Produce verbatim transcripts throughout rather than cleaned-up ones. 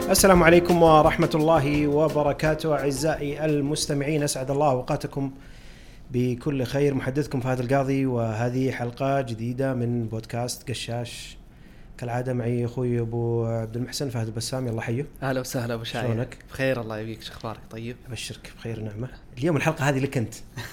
السلام عليكم ورحمة الله وبركاته أعزائي المستمعين، أسعد الله أوقاتكم بكل خير. محدثكم فهد القاضي، وهذه حلقة جديدة من بودكاست قشاش. كالعادة معي أخوي أبو عبد المحسن فهد البسام. يلا حيه. أهلا وسهلا أبو شاير، شلونك؟ بخير الله يبيك، شو أخبارك؟ طيب أبشرك بخير نعمة. اليوم الحلقة هذه لك أنت.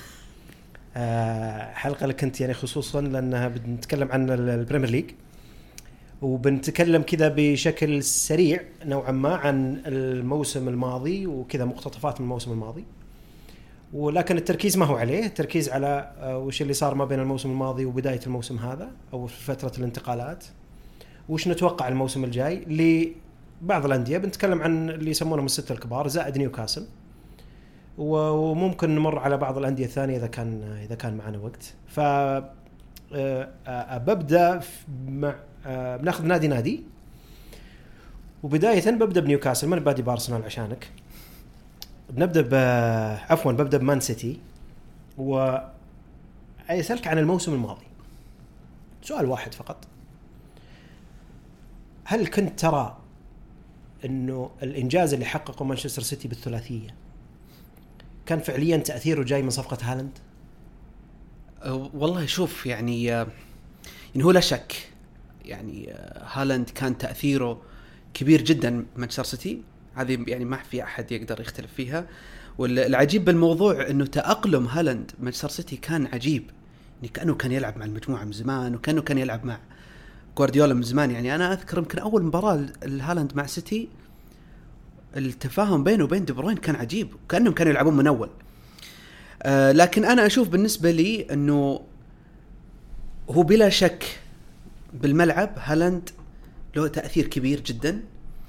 آه حلقة لك أنت يعني خصوصا لأنها بنتكلم عن البريمير ليج، وبنتكلم كذا بشكل سريع نوعا ما عن الموسم الماضي وكذا مقتطفات من الموسم الماضي، ولكن التركيز ما هو عليه، التركيز على وش اللي صار ما بين الموسم الماضي وبداية الموسم هذا أو في فترة الانتقالات، وش نتوقع الموسم الجاي لبعض الأندية. بنتكلم عن اللي يسمونهم الستة الكبار زائد نيوكاسل، وممكن نمر على بعض الأندية الثانية إذا كان إذا كان معنا وقت. ف ببدأ مع بناخذ نادي نادي، وبداية ببدأ بنيوكاسل. من بادي بارسنال عشانك. بنبدأ ب عفوا ببدأ بمان سيتي، وأسألك عن الموسم الماضي سؤال واحد فقط: هل كنت ترى إنه الإنجاز اللي حققه مانشستر سيتي بالثلاثية كان فعليا تأثيره جاي من صفقة هالاند؟ والله شوف يعني يعني هو لا شك يعني هالاند كان تأثيره كبير جدا مانشستر سيتي، هذه يعني ما في أحد يقدر يختلف فيها. والعجيب بالموضوع إنه تأقلم هالاند مانشستر سيتي كان عجيب، يعني كأنه كان يلعب مع المجموعة من زمان، وكأنه كان يلعب مع غوارديولا من زمان. يعني أنا أذكر يمكن أول مباراة الهالاند مع سيتي التفاهم بينه وبين دي بروين كان عجيب، كأنهم كانوا يلعبون من أول. آه لكن أنا أشوف بالنسبة لي أنه هو بلا شك بالملعب هالاند له تأثير كبير جدا.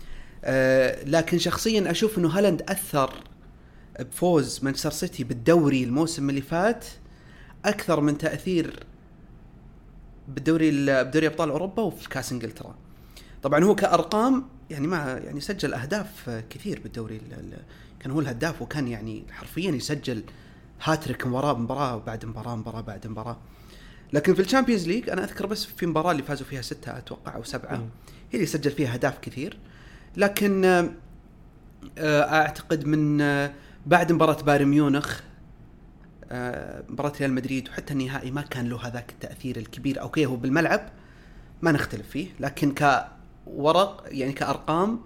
آه لكن شخصيا أشوف أنه هالاند أثر بفوز مانشستر سيتي بالدوري الموسم اللي فات أكثر من تأثير بالدوري بدوري أبطال أوروبا وفي كأس إنجلترا. طبعا هو كأرقام يعني ما يعني سجل أهداف كثير بالدوري، كان هو الهداف، وكان يعني حرفيا يسجل هاتريك مباراة مباراة بعد مباراة مباراة بعد مباراة. لكن في الشامبيونز ليج أنا أذكر بس في مباراة اللي فازوا فيها ستة أتوقع أو سبعة هي اللي سجل فيها أهداف كثير. لكن أعتقد من بعد مباراة بايرن ميونخ مباراة ريال مدريد وحتى النهائي ما كان له هذاك التأثير الكبير. أوكي هو بالملعب ما نختلف فيه، لكن كورق يعني كأرقام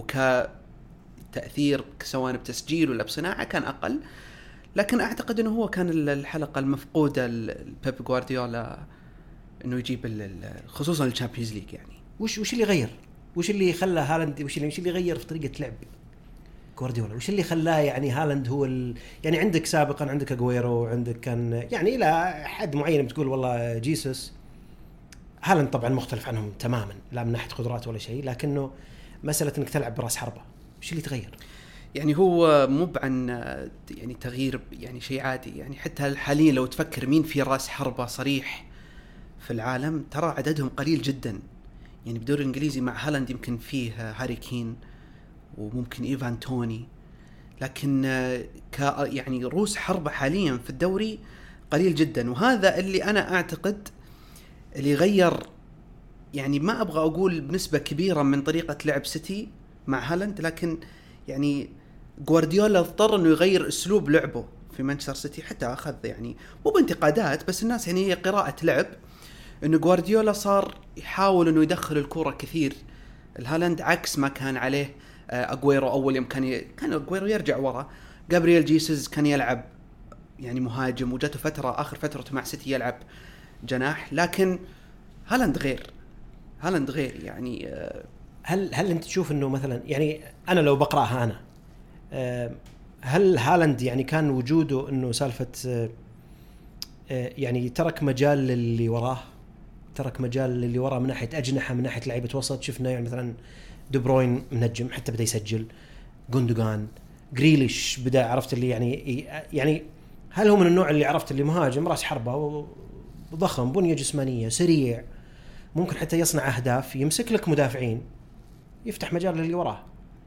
وكتأثير سواء بتسجيل ولا بصناعة كان أقل. لكن أعتقد أنه هو كان الحلقة المفقودة لبيب غوارديولا أنه يجيب خصوصا الشامبيونز ليج. يعني وش وش اللي غير؟ وش اللي خلى هالاند وش اللي وش اللي غير في طريقة لعب غوارديولا؟ وش اللي خلاه يعني هالاند هو ال... يعني عندك سابقا عندك أغويرو، عندك كان يعني إلى حد معين بتقول والله جيسوس. هالاند طبعا مختلف عنهم تماما، لا من ناحية قدرات ولا شيء، لكنه مسألة إنك تلعب برأس حربة. وش اللي تغير؟ يعني هو مو عن يعني تغيير يعني شيء عادي. يعني حتى حاليا لو تفكر مين في راس حربة صريح في العالم ترى عددهم قليل جدا. يعني بدوري الإنجليزي مع هالاند يمكن فيه هاري كين وممكن إيفان توني، لكن ك يعني روس حربة حاليا في الدوري قليل جدا. وهذا اللي أنا أعتقد اللي غير، يعني ما أبغى أقول بنسبة كبيرة من طريقة لعب سيتي مع هالاند، لكن يعني غوارديولا اضطر إنه يغير أسلوب لعبه في مانشستر سيتي. حتى أخذ يعني مو بانتقادات بس الناس يعني هي قراءة لعب إنه غوارديولا صار يحاول إنه يدخل الكرة كثير الهالاند عكس ما كان عليه أغويرو. أول يوم كان ي... كان أغويرو يرجع ورا، جابرييل جيسوس كان يلعب يعني مهاجم، وجاته فترة آخر فترة مع سيتي يلعب جناح. لكن هالاند غير هالاند غير يعني هل هل أنت تشوف إنه مثلا يعني أنا لو بقرأها أنا هل هالاند يعني كان وجوده إنه سالفة يعني ترك مجال للي وراه، ترك مجال للي وراه من ناحية أجنحة من ناحية لعيبة وسط. شفنا يعني مثلا دي بروين منجم حتى بدأ يسجل، غوندوغان، غريليش بدأ، عرفت اللي يعني يعني هل هو من النوع اللي عرفت اللي مهاجم راس حربة وضخم بنية جسمانية سريع ممكن حتى يصنع أهداف يمسك لك مدافعين يفتح مجال للي وراه؟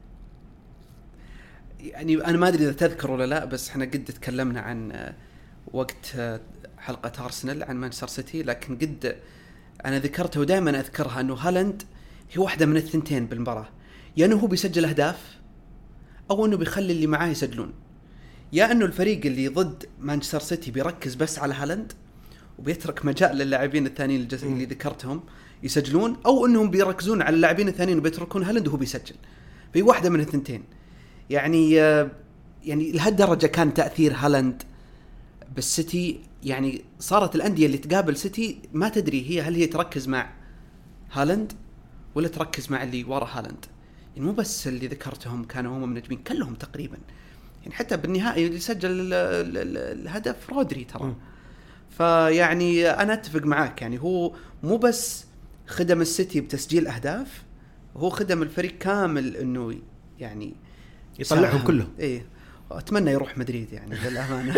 يعني أنا ما أدري إذا تذكر ولا لا، بس إحنا قد تكلمنا عن وقت حلقة أرسنال عن مانشستر سيتي، لكن قد أنا ذكرته ودائما أذكرها أنه هالاند هي واحدة من الثنتين بالمباراة. يا انه هو بيسجل اهداف او انه بيخلي اللي معاه يسجلون، يا انه الفريق اللي ضد مانشستر سيتي بيركز بس على هالاند وبيترك مجال للاعبين الثانيين اللي ذكرتهم يسجلون، او انهم بيركزون على اللاعبين الثانيين وبيتركون هالاند وهو بيسجل. في واحده من الثنتين. يعني يعني لهالدرجه كان تاثير هالاند بالسيتي. يعني صارت الانديه اللي تقابل سيتي ما تدري هي هل هي تركز مع هالاند ولا تركز مع اللي ورا هالاند. يعني مو بس اللي ذكرتهم كانوا هم منجمين، كلهم تقريبا. يعني حتى بالنهائي اللي سجل الهدف رودري ترى. فيعني انا اتفق معاك، يعني هو مو بس خدم السيتي بتسجيل اهداف، هو خدم الفريق كامل انه يعني يطلعهم كلهم. ايه اتمنى يروح مدريد يعني للامانه.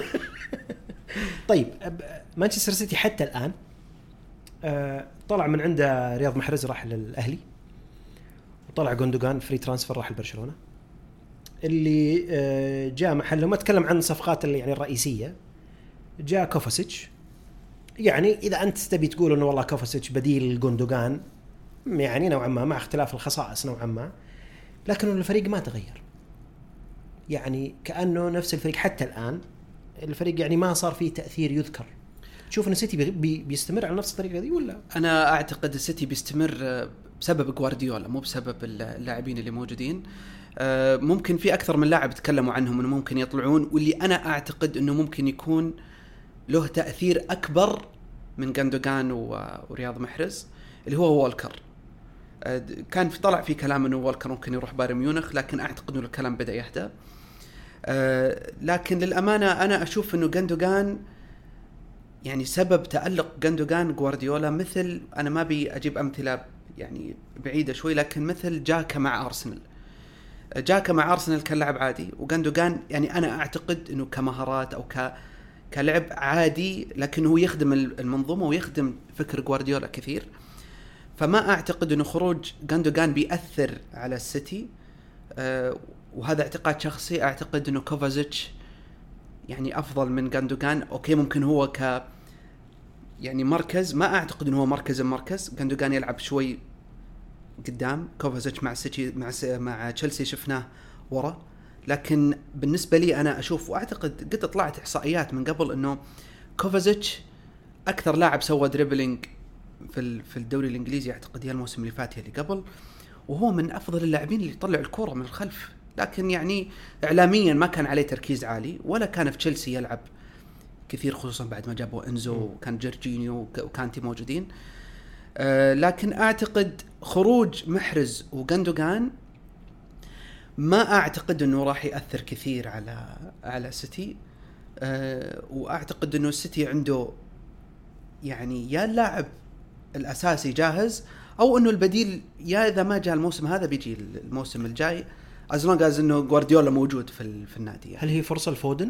طيب مانشستر سيتي حتى الان طلع من عنده رياض محرز راح للاهلي، وطلع جوندوغان فري ترانسفير راح لبرشلونه. اللي جاء محله، ما اتكلم عن صفقات اللي يعني الرئيسيه، جاء كوفاسيتش. يعني اذا انت تبي تقول انه والله كوفاسيتش بديل جوندوغان، يعني نوعا ما مع اختلاف الخصائص نوعا ما، لكن الفريق ما تغير. يعني كأنه نفس الفريق حتى الآن. الفريق يعني ما صار فيه تأثير يذكر. تشوف أن السيتي بي بيستمر على نفس الطريقة دي ولا؟ أنا أعتقد السيتي بيستمر بسبب غوارديولا، مو بسبب اللاعبين اللي موجودين. ممكن في أكثر من لاعب تكلموا عنهم أنه ممكن يطلعون، واللي أنا أعتقد أنه ممكن يكون له تأثير أكبر من جوندوغان ورياض محرز، اللي هو والكر. كان في طلع في كلام أنه والكر ممكن يروح بايرن ميونخ، لكن أعتقد أنه الكلام بدأ يهدأ. أه لكن للأمانة أنا أشوف أنه جوندوغان يعني سبب تألق جوندوغان غوارديولا، مثل أنا ما بي أجيب أمثلة يعني بعيدة شوي، لكن مثل جاكا مع أرسنال. جاكا مع أرسنال كان لاعب عادي، وجوندوغان يعني أنا أعتقد أنه كمهارات أو ك كلعب عادي، لكن هو يخدم المنظومة ويخدم فكر غوارديولا كثير. فما أعتقد أنه خروج جوندوغان بيأثر على السيتي. أه وهذا اعتقاد شخصي. أعتقد أنه كوفازيتش يعني أفضل من جوندوغان. أوكي ممكن هو ك يعني مركز، ما أعتقد أنه هو مركز المركز. جوندوغان يلعب شوي قدام، كوفازيتش مع السيتي مع مع تشيلسي شفناه ورا. لكن بالنسبة لي أنا أشوف، وأعتقد قد طلعت إحصائيات من قبل أنه كوفازيتش أكثر لاعب سوى دريبلينج في في الدوري الإنجليزي، أعتقد هي الموسم اللي فات اللي قبل، وهو من أفضل اللاعبين اللي يطلع الكرة من الخلف. لكن يعني إعلاميا ما كان عليه تركيز عالي، ولا كان في تشيلسي يلعب كثير، خصوصا بعد ما جابوا إنزو وكان جورجينيو وكانتي موجودين. أه لكن أعتقد خروج محرز وجوندوغان ما أعتقد أنه راح يأثر كثير على على سيتي. أه وأعتقد أنه السيتي عنده يعني يا اللاعب الأساسي جاهز، أو أنه البديل يا إذا ما جاء الموسم هذا بيجي الموسم الجاي، as long as أنه غوارديولا موجود في في النادي يعني. هل هي فرصة لفودن؟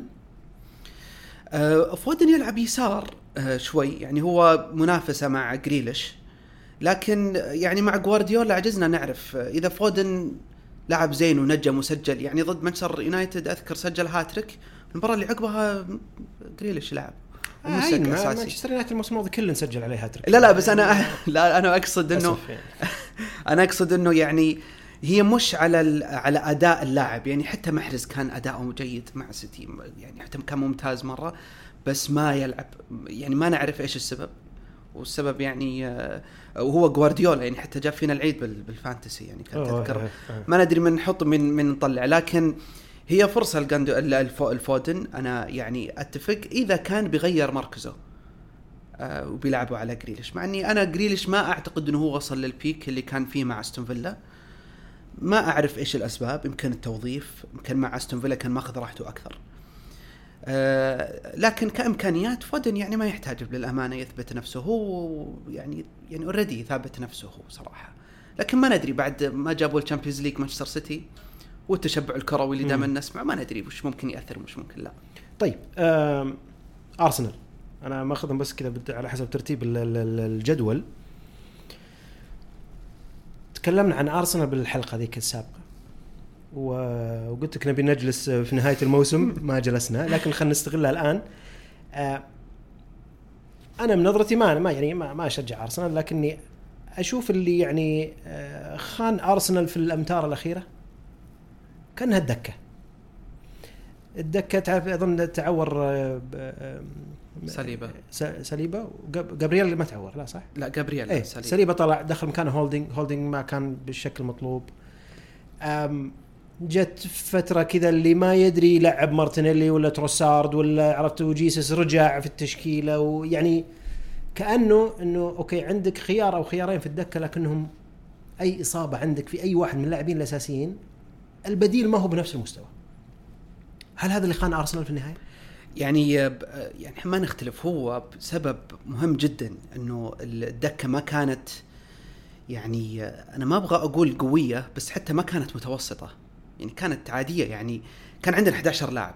أه فودن يلعب يسار أه شوي، يعني هو منافسة مع جريليش، لكن يعني مع غوارديولا عجزنا نعرف إذا فودن لعب زين ونجم وسجل. يعني ضد مانشستر يونايتد أذكر سجل هاتريك، المباراة اللي عقبها جريليش لعب ومسك أساسي. مانشستر يونايتد الموسم الماضي كله نسجل عليه هاتريك. لا لا بس أنا لا أنا أقصد إنه يعني. أنا أقصد إنه يعني هي مش على على أداء اللاعب. يعني حتى محرز كان أداؤه جيد مع سيتي، يعني حتى كان ممتاز مرة، بس ما يلعب. يعني ما نعرف إيش السبب، والسبب يعني وهو غوارديولا. يعني حتى جاب فينا العيد بالفانتسي، يعني كان تذكر ما ندري من نحط من من نطلع. لكن هي فرصة الجندو الفودن. أنا يعني أتفق إذا كان بيغير مركزه أه وبيلعبوا على جريليش، مع أني أنا جريليش ما أعتقد أنه هو وصل للبيك اللي كان فيه مع أستون فيلا. ما أعرف إيش الأسباب، يمكن التوظيف، يمكن مع أستون فيلا كان ماخذ راحته أكثر. أه لكن كإمكانيات فودن يعني ما يحتاج للأمانة يثبت نفسه. هو يعني يعني أوريدي ثابت نفسه هو صراحة. لكن ما ندري بعد ما جابوا الشامبيونز ليج مانشستر سيتي والتشبع الكروي اللي دائما نسمع، ما ندري وش ممكن يأثر وش ممكن لا. طيب أرسنال أنا ما أخذهم بس كذا على حسب ترتيب الجدول. تكلمنا عن أرسنال بالحلقة ذيك السابقة، وقلت لك نبي نجلس في نهاية الموسم ما جلسنا، لكن خلنا نستغلها الآن. أنا من نظرتي ما ما يعني ما ما أشجع أرسنال، لكني اشوف اللي يعني خان ارسنال في الامتار الاخيره كانها الدكه الدكه تعرف اظن تعور سليبه سليبه جابرييل ما تعور لا صح لا جابرييل ايه سليبه. سليبه طلع دخل مكانه هولدينج هولدينج ما كان بالشكل المطلوب. جت فتره كذا اللي ما يدري يلعب مارتينيلي ولا تروسارد ولا عرفت وجيسس رجع في التشكيله ويعني كانه انه اوكي عندك خيار او خيارين في الدكه لكنهم اي اصابه عندك في اي واحد من اللاعبين الاساسيين البديل ما هو بنفس المستوى. هل هذا اللي خان ارسنال في النهايه؟ يعني يعني ما نختلف هو بسبب مهم جدا انه الدكه ما كانت يعني انا ما ابغى اقول قويه بس حتى ما كانت متوسطه يعني كانت عاديه. يعني كان عندنا إحدى عشر لاعب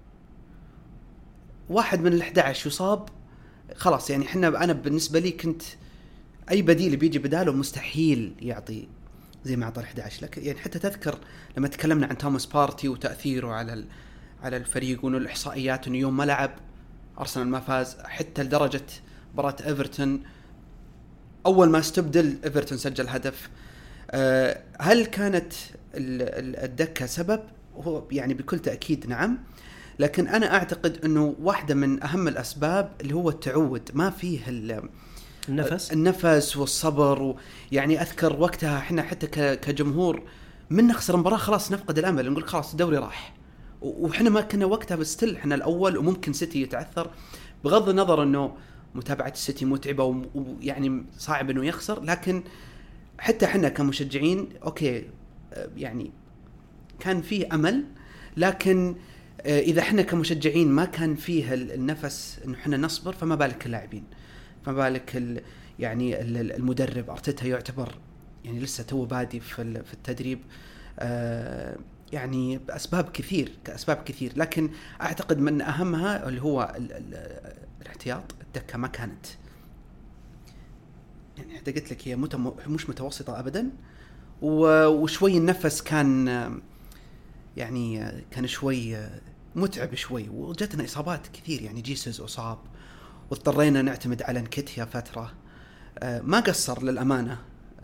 واحد من الإحدى عشر يصاب خلاص يعني احنا انا بالنسبه لي كنت اي بديل بيجي بداله مستحيل يعطي زي ما اعطى إحدى عشر. لكن يعني حتى تذكر لما تكلمنا عن توماس بارتي وتاثيره على على الفريق وانه الاحصائيات انه يوم ما لعب ارسنال ما فاز حتى لدرجه مباراه ايفرتون اول ما استبدل ايفرتون سجل هدف. أه هل كانت الدكه سبب؟ هو يعني بكل تاكيد نعم. لكن انا اعتقد انه واحده من اهم الاسباب اللي هو التعود ما فيه النفس النفس والصبر. ويعني اذكر وقتها احنا حتى كجمهور من نخسر مباراه خلاص نفقد الامل نقول خلاص الدوري راح وإحنا ما كنا وقتها بستل إحنا الأول وممكن سيتي يتعثر بغض النظر إنه متابعة السيتي متعبة ويعني صعب إنه يخسر. لكن حتى إحنا كمشجعين أوكي يعني كان فيه أمل. لكن إذا إحنا كمشجعين ما كان فيه النفس إنه إحنا نصبر فما بالك اللاعبين فما بالك يعني المدرب أرتيتا يعتبر يعني لسه تو بادي في في التدريب آه يعني بأسباب كثير كأسباب كثير. لكن أعتقد من أهمها اللي هو ال ال الاحتياط. الدكة ما كانت يعني حتى قلت لك هي متم مش متوسطة أبدا وشوي النفس كان يعني كان شوي متعب شوي وجتنا إصابات كثير يعني جيسوس أصاب واضطرينا نعتمد على نكتيا فترة. ما قصر للأمانة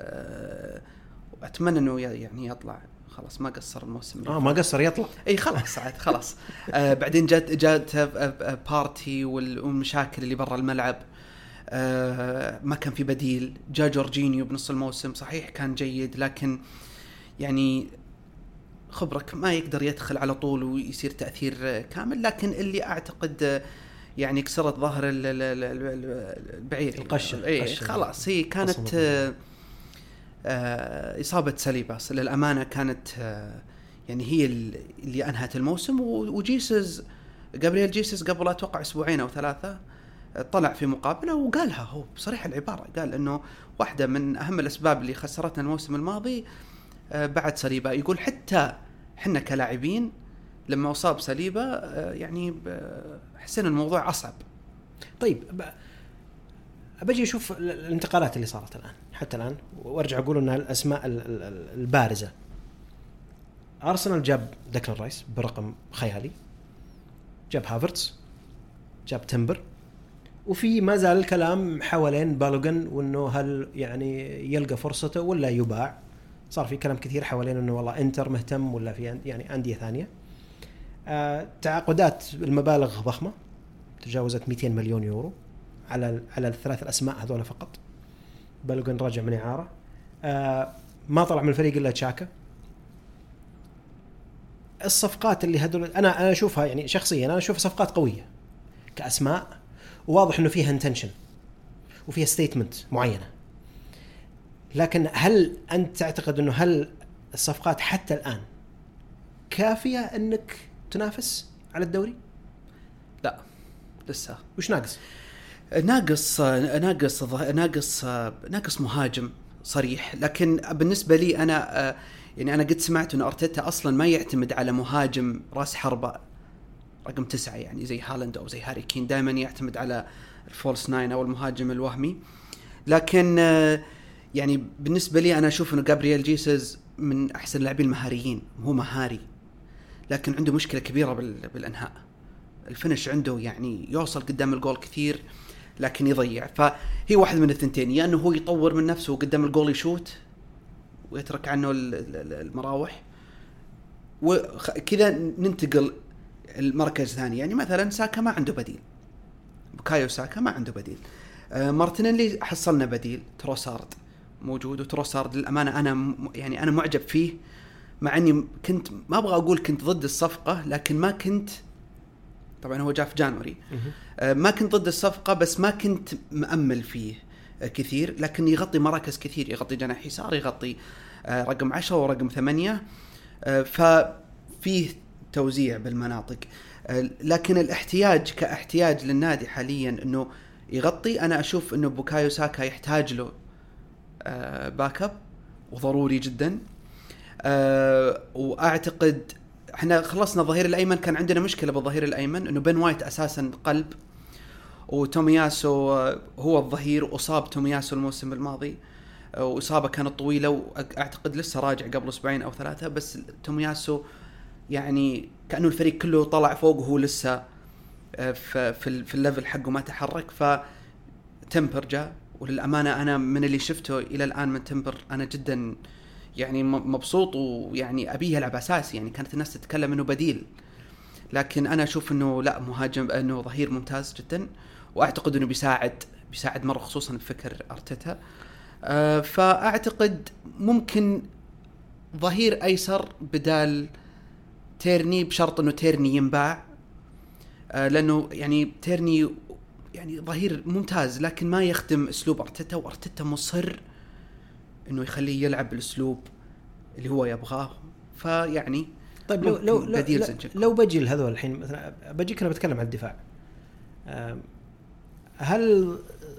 أتمنى أنه يعني يطلع خلاص ما قصر الموسم اه ما قصر يطلع اي خلاص عاد خلاص. آه بعدين جات جات بارتي والمشاكل اللي برا الملعب آه ما كان في بديل. جا جورجينيو بنص الموسم صحيح كان جيد لكن يعني خبرك ما يقدر يدخل على طول ويصير تأثير كامل. لكن اللي اعتقد يعني كسرت ظهر البعير القشة اي خلاص هي كانت آه آه إصابة سليبة للأمانة كانت آه يعني هي اللي أنهت الموسم. وجيسس جابرييل جيسس قبل أتوقع أسبوعين أو ثلاثة طلع في مقابلة وقالها هو بصريح العبارة قال إنه واحدة من أهم الأسباب اللي خسرتنا الموسم الماضي آه بعد سليبة. يقول حتى حنا كلاعبين لما أصاب سليبة آه يعني حسنا الموضوع أصعب. طيب أبجي أشوف الانتقالات اللي صارت الآن حتى الآن وارجع أقول أنها الأسماء البارزة. أرسنال جاب ديكلان رايس برقم خيالي جاب هافرتس جاب تمبر وفي ما زال الكلام حوالين بالوغن وأنه هل يعني يلقى فرصته ولا يباع. صار في كلام كثير حوالين أنه والله إنتر مهتم ولا في يعني أندية ثانية. آه تعاقدات المبالغ ضخمة تجاوزت مئتين مليون يورو على على الثلاث الأسماء هذول فقط. بالوغن راجع من إعارة آه ما طلع من الفريق إلا تشاكا. الصفقات اللي هذول أنا أنا أشوفها يعني شخصيا أنا أشوف صفقات قوية كأسماء وواضح إنه فيها intention وفيها statement معينة. لكن هل أنت تعتقد إنه هل الصفقات حتى الآن كافية إنك تنافس على الدوري؟ لا لسه. وش ناقص؟ ناقص ناقص ناقص ناقص مهاجم صريح. لكن بالنسبة لي أنا يعني أنا قد سمعت إن أرتيتا أصلاً ما يعتمد على مهاجم رأس حربة رقم تسعة يعني زي هالاند أو زي هاري كين. دائماً يعتمد على الفولس ناين أو المهاجم الوهمي. لكن يعني بالنسبة لي أنا أشوف إنه جابرييل جيسوس من أحسن اللاعبين المهاريين. هو مهاري لكن عنده مشكلة كبيرة بالإنهاء. الفينش عنده يعني يوصل قدام الجول كثير لكن يضيع. فهي واحد من الثنتين، يا انه هو يطور من نفسه قدام الجول يشوت ويترك عنه المراوح، وكذا ننتقل المركز الثاني. يعني مثلا ساكا ما عنده بديل، بوكايو ساكا ما عنده بديل. آه مارتينيلي حصلنا بديل، تروسارد موجود، وتروسارد للأمانة أنا م... يعني أنا معجب فيه، مع أني كنت ما أبغى أقول كنت ضد الصفقة، لكن ما كنت، طبعا هو جاء في جانوري، آه ما كنت ضد الصفقة بس ما كنت مأمل فيه آه كثير، لكن يغطي مراكز كثير، يغطي جناح يسار، يغطي آه رقم عشرة ورقم ثمانية، آه ففيه توزيع بالمناطق. آه لكن الاحتياج كاحتياج للنادي حاليا أنه يغطي، أنا أشوف أنه بوكايو ساكا يحتاج له آه باك اب وضروري جدا. آه وأعتقد احنا خلصنا الظهير الأيمن، كان عندنا مشكلة بالظهير الأيمن أنه بن وايت أساسا قلب، وتومياسو هو الظهير، وأصاب تومياسو الموسم الماضي، وإصابة كانت طويلة، وأعتقد لسه راجع قبل أسبوعين أو ثلاثة، بس تومياسو يعني كأنه الفريق كله طلع فوق وهو لسه في في الليفل حقه ما تحرك. فتمبر جاء، وللأمانة أنا من اللي شفته إلى الآن من تمبر أنا جدا يعني مبسوط، ويعني أبيه يلعب أساسي. يعني كانت الناس تتكلم إنه بديل، لكن أنا أشوف إنه لا، مهاجم، إنه ظهير ممتاز جدا، وأعتقد إنه بيساعد بيساعد مرة، خصوصا بفكر أرتيتا. أه فأعتقد ممكن ظهير أيسر بدال تيرني، بشرط إنه تيرني ينباع، أه لأنه يعني تيرني يعني ظهير ممتاز، لكن ما يخدم أسلوب أرتيتا، وأرتيتا مصر إنه يخليه يلعب بالأسلوب اللي هو يبغاه. فيعني طيب لو لو لو, لو بجي لهذول الحين مثلا، بجيك أنا بتكلم عن الدفاع، هل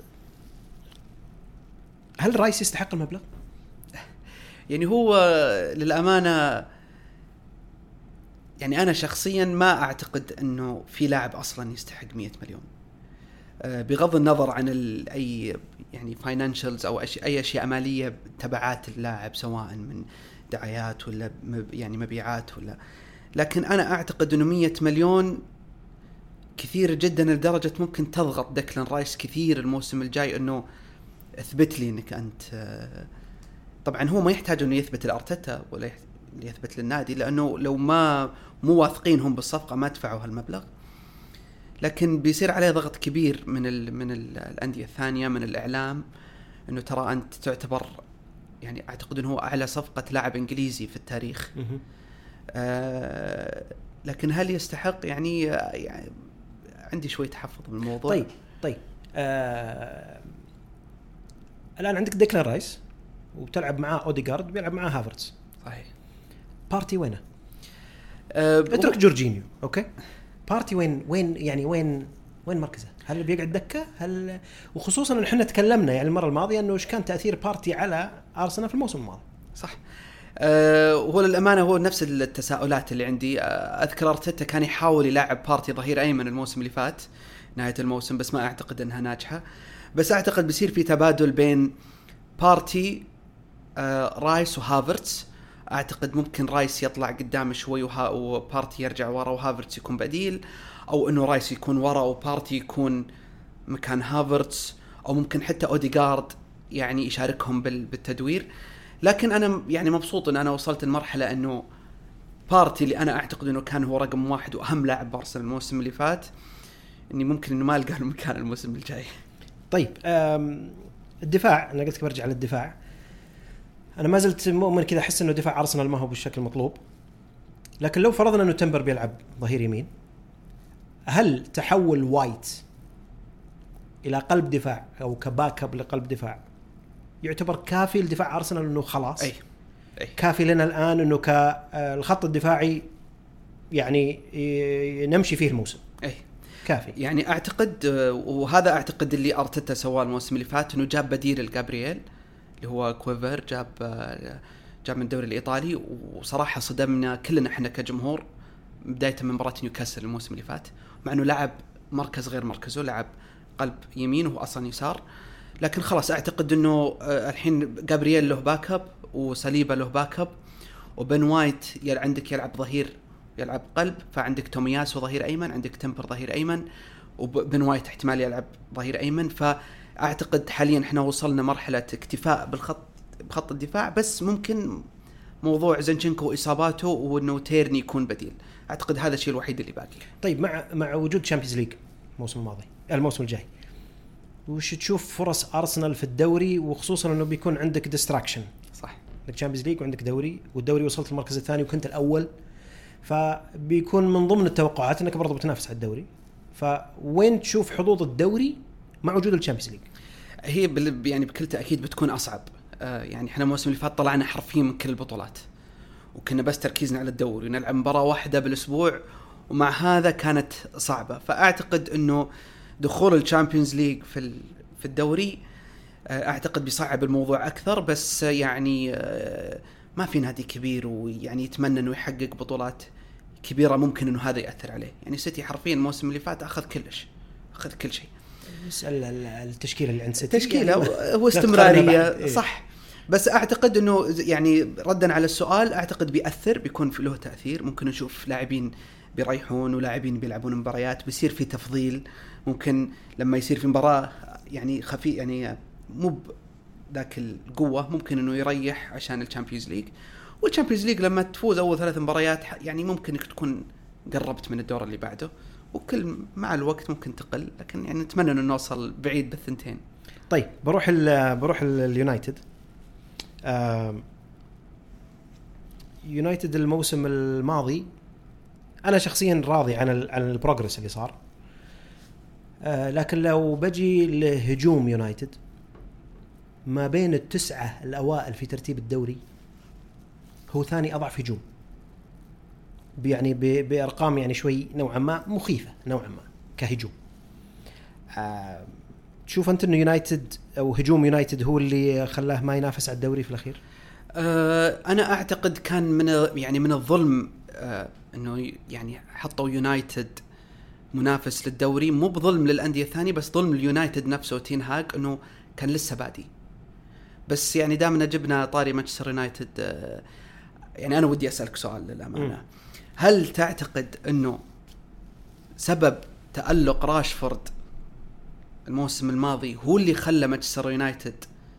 هل رايس يستحق المبلغ؟ يعني هو للأمانة يعني أنا شخصيا ما أعتقد أنه في لاعب أصلا يستحق مئة مليون، بغض النظر عن أي يعني فاينانشلز أو أي أشياء مالية تبعات اللاعب، سواء من دعايات ولا يعني مبيعات ولا، لكن أنا أعتقد أنه مئة مليون كثير جدا لدرجة ممكن تضغط ديكلان رايس كثير الموسم الجاي، أنه اثبت لي أنك أنت. طبعا هو ما يحتاج أنه يثبت الأرتيتا ولا يثبت للنادي، لأنه لو ما مو واثقينهم بالصفقة ما دفعوا هالمبلغ، لكن بيصير عليه ضغط كبير من ال من ال الأندية الثانية، من الإعلام، أنه ترى أنت تعتبر يعني أعتقد أنه هو أعلى صفقة لاعب إنجليزي في التاريخ. آه لكن هل يستحق؟ يعني, يعني عندي شوي تحفظ بالموضوع. طيب طيب آه الآن عندك ديكلان رايس وبتلعب معاه أوديغارد، بيلعب معاه هافرتز، صحيح. بارتي وينه؟ أه اترك جورجينيو، أوكي، بارتي وين وين يعني وين وين مركزه؟ هل بيقعد دكة؟ هل وخصوصا إن إحنا تكلمنا يعني المرة الماضية إنه إيش كان تأثير بارتي على أرسنال في الموسم الماضي؟ صح. أه وهو للأمانة هو نفس التساؤلات اللي عندي. أذكر أرتيتا كان يحاول يلعب بارتي ظهير أيمن الموسم اللي فات نهاية الموسم، بس ما أعتقد أنها ناجحة. بس أعتقد بيصير في تبادل بين بارتي آه رايس وهافرتس. أعتقد ممكن رايس يطلع قدام شوي وها وبارتي يرجع ورا، وهافرتس يكون بديل، أو إنه رايس يكون ورا وبارتي يكون مكان هافرتس، أو ممكن حتى أوديغارد يعني يشاركهم بالتدوير. لكن أنا يعني مبسوط إن أنا وصلت المرحلة إنه بارتي اللي أنا أعتقد إنه كان هو رقم واحد وأهم لاعب بارسنال الموسم اللي فات، إني ممكن إنه ما ألقى له مكان الموسم الجاي. طيب الدفاع، أنا قلت برجع للدفاع، أنا ما زلت مؤمن كذا، أحس إنه دفاع أرسنال ما هو بالشكل المطلوب، لكن لو فرضنا إنه تمبر بيلعب ظهير يمين، هل تحول وايت إلى قلب دفاع أو كباك اب لقلب دفاع يعتبر كافي لدفاع أرسنال إنه خلاص أي. أي. كافي لنا الآن إنه كالخط الدفاعي يعني نمشي فيه الموسم؟ أي. كافي يعني أعتقد، وهذا أعتقد اللي أرتيتا سواه الموسم اللي فات، إنه جاب بديل الجابرييل اللي هو كويفر، جاب جاب من الدوري الإيطالي، وصراحة صدمنا كلنا إحنا كجمهور بداية من مباراة نيوكاسل الموسم اللي فات، مع إنه لعب مركز غير مركزه، لعب قلب يمين وهو أصلا يسار. لكن خلاص أعتقد إنه الحين جابرييل له باك اب، وساليبا له باك اب، وبن وايت عندك يلعب ظهير يلعب قلب، فعندك تومياسو ظهير أيمن، عندك تمبر ظهير أيمن، وبن وايت احتمال يلعب ظهير أيمن. فأعتقد حاليا احنا وصلنا مرحلة اكتفاء بالخط بخط الدفاع، بس ممكن موضوع زينشينكو وإصاباته وإنه تيرني يكون بديل. أعتقد هذا الشيء الوحيد اللي باقي. طيب مع مع وجود تشامبيونز ليج الموسم الماضي الموسم الجاي، وش تشوف فرص أرسنال في الدوري، وخصوصا إنه بيكون عندك ديستراكشن؟ صح، عندك تشامبيونز ليج وعندك دوري، والدوري وصلت المركز الثاني وكنت الأول، فبيكون من ضمن التوقعات إنك برضو بتنافس على الدوري. فوين تشوف حظوظ الدوري مع وجود التشامبيونز ليج؟ هي بال... يعني بكل تأكيد بتكون أصعب. آه يعني إحنا الموسم اللي فات طلعنا حرفيا من كل البطولات، وكنا بس تركيزنا على الدوري، نلعب مباراة واحدة بالأسبوع، ومع هذا كانت صعبة. فأعتقد إنه دخول الشامبيونز ليج في ال... في الدوري آه أعتقد بيصعب الموضوع أكثر. بس يعني آه ما في نادي كبير ويعني يتمنى إنه يحقق بطولات كبيرة ممكن إنه هذا يأثر عليه. يعني سيتي حرفيا الموسم اللي فات أخذ كلش، أخذ كل شيء. نسأل التشكيلة اللي عند سيتي، تشكيلة يعني هو استمرارية صح. بس أعتقد إنه يعني ردا على السؤال، أعتقد بيأثر، بيكون في له تأثير. ممكن نشوف لاعبين بيريحون ولاعبين بيلعبون مباريات، بيصير في تفضيل. ممكن لما يصير في مباراة يعني خفي يعني مو ذاك القوة، ممكن إنه يريح عشان الشامبيونز ليج. والشامبيونز ليج لما تفوز أول ثلاث مباريات يعني ممكن إنك تكون قربت من الدور اللي بعده، وكل مع الوقت ممكن تقل، لكن يعني نتمنى إنه نوصل بعيد بالثنتين. طيب بروح ال بروح اليونايتد. آه يونايتد الموسم الماضي أنا شخصيا راضي عن ال عن البروجرس اللي صار. آه لكن لو بجي لهجوم يونايتد، ما بين التسعة الأوائل في ترتيب الدوري هو ثاني أضعف هجوم، يعني بأرقام يعني شوي نوعا ما مخيفة نوعا ما كهجوم. آه تشوف أنت إنه يونايتد أو هجوم يونايتد هو اللي خلاه ما ينافس على الدوري في الأخير؟ أه أنا أعتقد كان من يعني من الظلم أه إنه يعني حطوا يونايتد منافس للدوري، مو بظلم للأندية الثانية، بس ظلم اليونايتد نفسه تين هاج إنه كان لسه بادي. بس يعني دامنا جبنا طاري مانشستر يونايتد، أه يعني أنا ودي أسألك سؤال للأمانة. هل تعتقد إنه سبب تألق راشفورد الموسم الماضي هو اللي خلى مانشستر يونايتد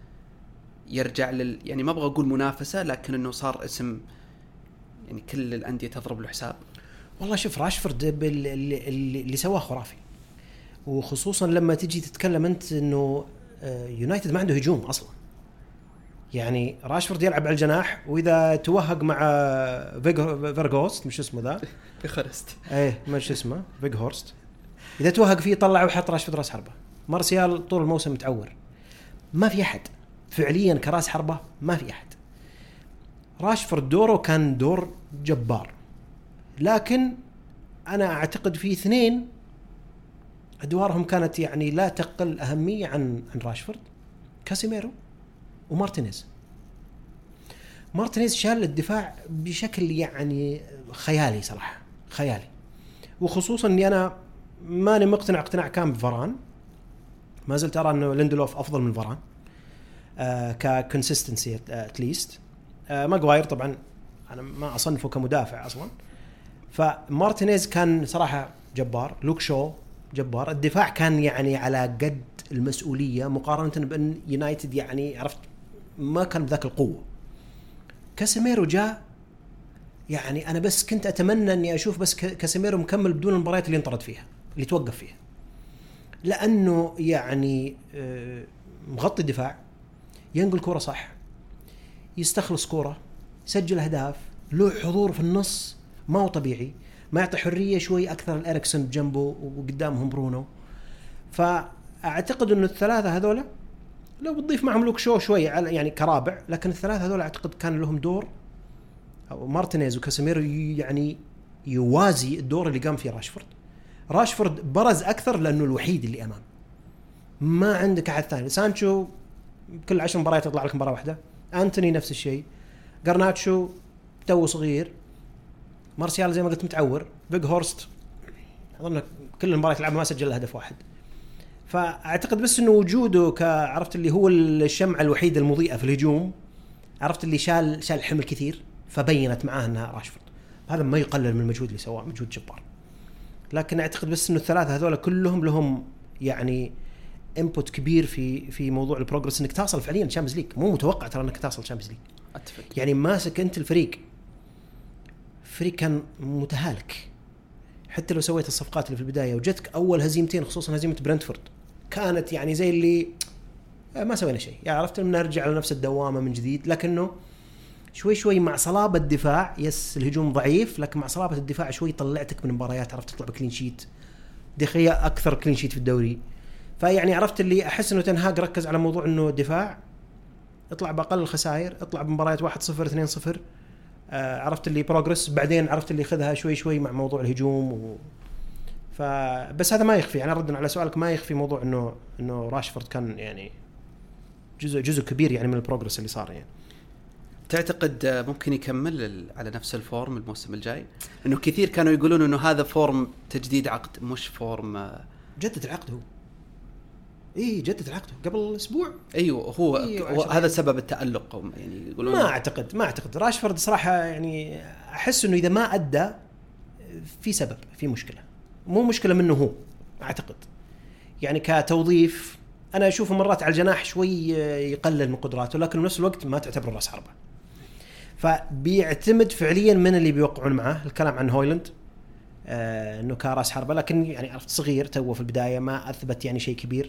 يرجع لل يعني ما أبغى أقول منافسة، لكن إنه صار اسم يعني كل الأندية تضرب له حساب؟ والله شوف، راشفورد اللي, اللي, اللي سواه خرافي، وخصوصا لما تجي تتكلم أنت إنه يونايتد ما عنده هجوم أصلا. يعني راشفورد يلعب على الجناح، وإذا توهق مع فيرغورست مش اسمه ذا فيغهورست إيه مش اسمه فيغهورست، إذا توهق فيه طلع وحط راشفورد راس حربة. مارسيال طول الموسم متعور، ما في أحد فعليا كراس حربة، ما في أحد. راشفورد دوره كان دور جبار، لكن أنا أعتقد في اثنين أدوارهم كانت يعني لا تقل أهمية عن عن راشفورد: كاسيميرو ومارتينيز. مارتينيز شال الدفاع بشكل يعني خيالي صراحة، خيالي. وخصوصا أني أنا ماني مقتنع اقتناع كامل بفاران، ما زلت أرى أنه ليندلوف أفضل من فاران آه ككونسيستنسي اتليست. آه ماغواير طبعا أنا ما أصنفه كمدافع أصلا. فمارتينيز كان صراحة جبار، لوك شو جبار. الدفاع كان يعني على قد المسؤولية مقارنة بأن يونايتد يعني عرفت ما كان بذاك القوة. كاسيميرو جاء يعني أنا بس كنت أتمنى أني أشوف بس كاسيميرو مكمل بدون المباريات اللي انطرد فيها، اللي توقف فيها، لأنه يعني مغطي الدفاع، ينقل كرة صح، يستخلص كرة، يسجل أهداف، له حضور في النص ما هو طبيعي، ما يعطي حرية شوي أكثر الإريكسون بجنبه وقدامهم برونو. فأعتقد أنه الثلاثة هذولا لو بتضيف معهم لوك شو شوي على يعني كرابع، لكن الثلاثة هذولا أعتقد كان لهم دور، أو مارتينيز وكاسيميرو يعني يوازي الدور اللي قام فيه راشفورد. راشفورد برز أكثر لأنه الوحيد اللي أمام، ما عندك أحد ثاني. سانشو كل عشر مباريات يطلع لك مباراة واحدة، أنتوني نفس الشيء، غارناتشو تو صغير، مارسيال زي ما قلت متعور، فيغهورست أظن كل المباريات يلعب ما سجل هدف واحد. فأعتقد بس إنه وجوده كعرفت اللي هو الشمعة الوحيدة المضيئة في الهجوم، عرفت اللي شال شال حمل كثير، فبينت معاه أنها راشفورد. هذا ما يقلل من المجهود اللي سواه، مجهود جبار. لكن اعتقد بس انه الثلاثه هذول كلهم لهم يعني انبوت كبير في في موضوع البروجرس انك تصل فعليا تشامبيونز ليج. مو متوقع ترى انك تصل تشامبيونز ليج. اتفق. يعني ماسك انت الفريق، فريق كان متهالك. حتى لو سويت الصفقات اللي في البدايه وجتك اول هزيمتين خصوصا هزيمه برنتفورد كانت يعني زي اللي ما سوينا شيء، يعني عرفت ان نرجع لنفس الدوامه من جديد. لكنه شوي شوي مع صلابه الدفاع، يس الهجوم ضعيف لكن مع صلابه الدفاع شوي طلعتك من مباريات، عرفت تطلع بكلين شيت. دخيا اكثر كلين شيت في الدوري. فيعني عرفت اللي احس انه تنهاج ركز على موضوع انه الدفاع اطلع باقل الخسائر، اطلع بمباريات واحد صفر اثنين صفر. آه عرفت اللي بروجرس، بعدين عرفت اللي خذها شوي شوي مع موضوع الهجوم و... فبس هذا ما يخفي، يعني ردا على سؤالك ما يخفي موضوع انه انه راشفورد كان يعني جزء جزء كبير يعني من البروجرس اللي صار. يعني تعتقد ممكن يكمل على نفس الفورم الموسم الجاي؟ انه كثير كانوا يقولون انه هذا فورم تجديد عقد مش فورم. جدد العقد هو ايه جدد العقد قبل اسبوع. ايوه هو, إيه هو هذا سبب التألق يعني يقولون. ما اعتقد ما اعتقد راشفورد صراحه، يعني احس انه اذا ما ادى في سبب، في مشكله، مو مشكله منه هو اعتقد. يعني كتوظيف انا اشوفه مرات على الجناح شوي يقلل من قدراته، لكن في نفس الوقت ما تعتبره راس حربه. فبيعتمد فعليا من اللي بيوقعون معه. الكلام عن هويلاند آه انه كراس حربه، لكن يعني عرفت صغير توه في البدايه ما اثبت يعني شيء كبير.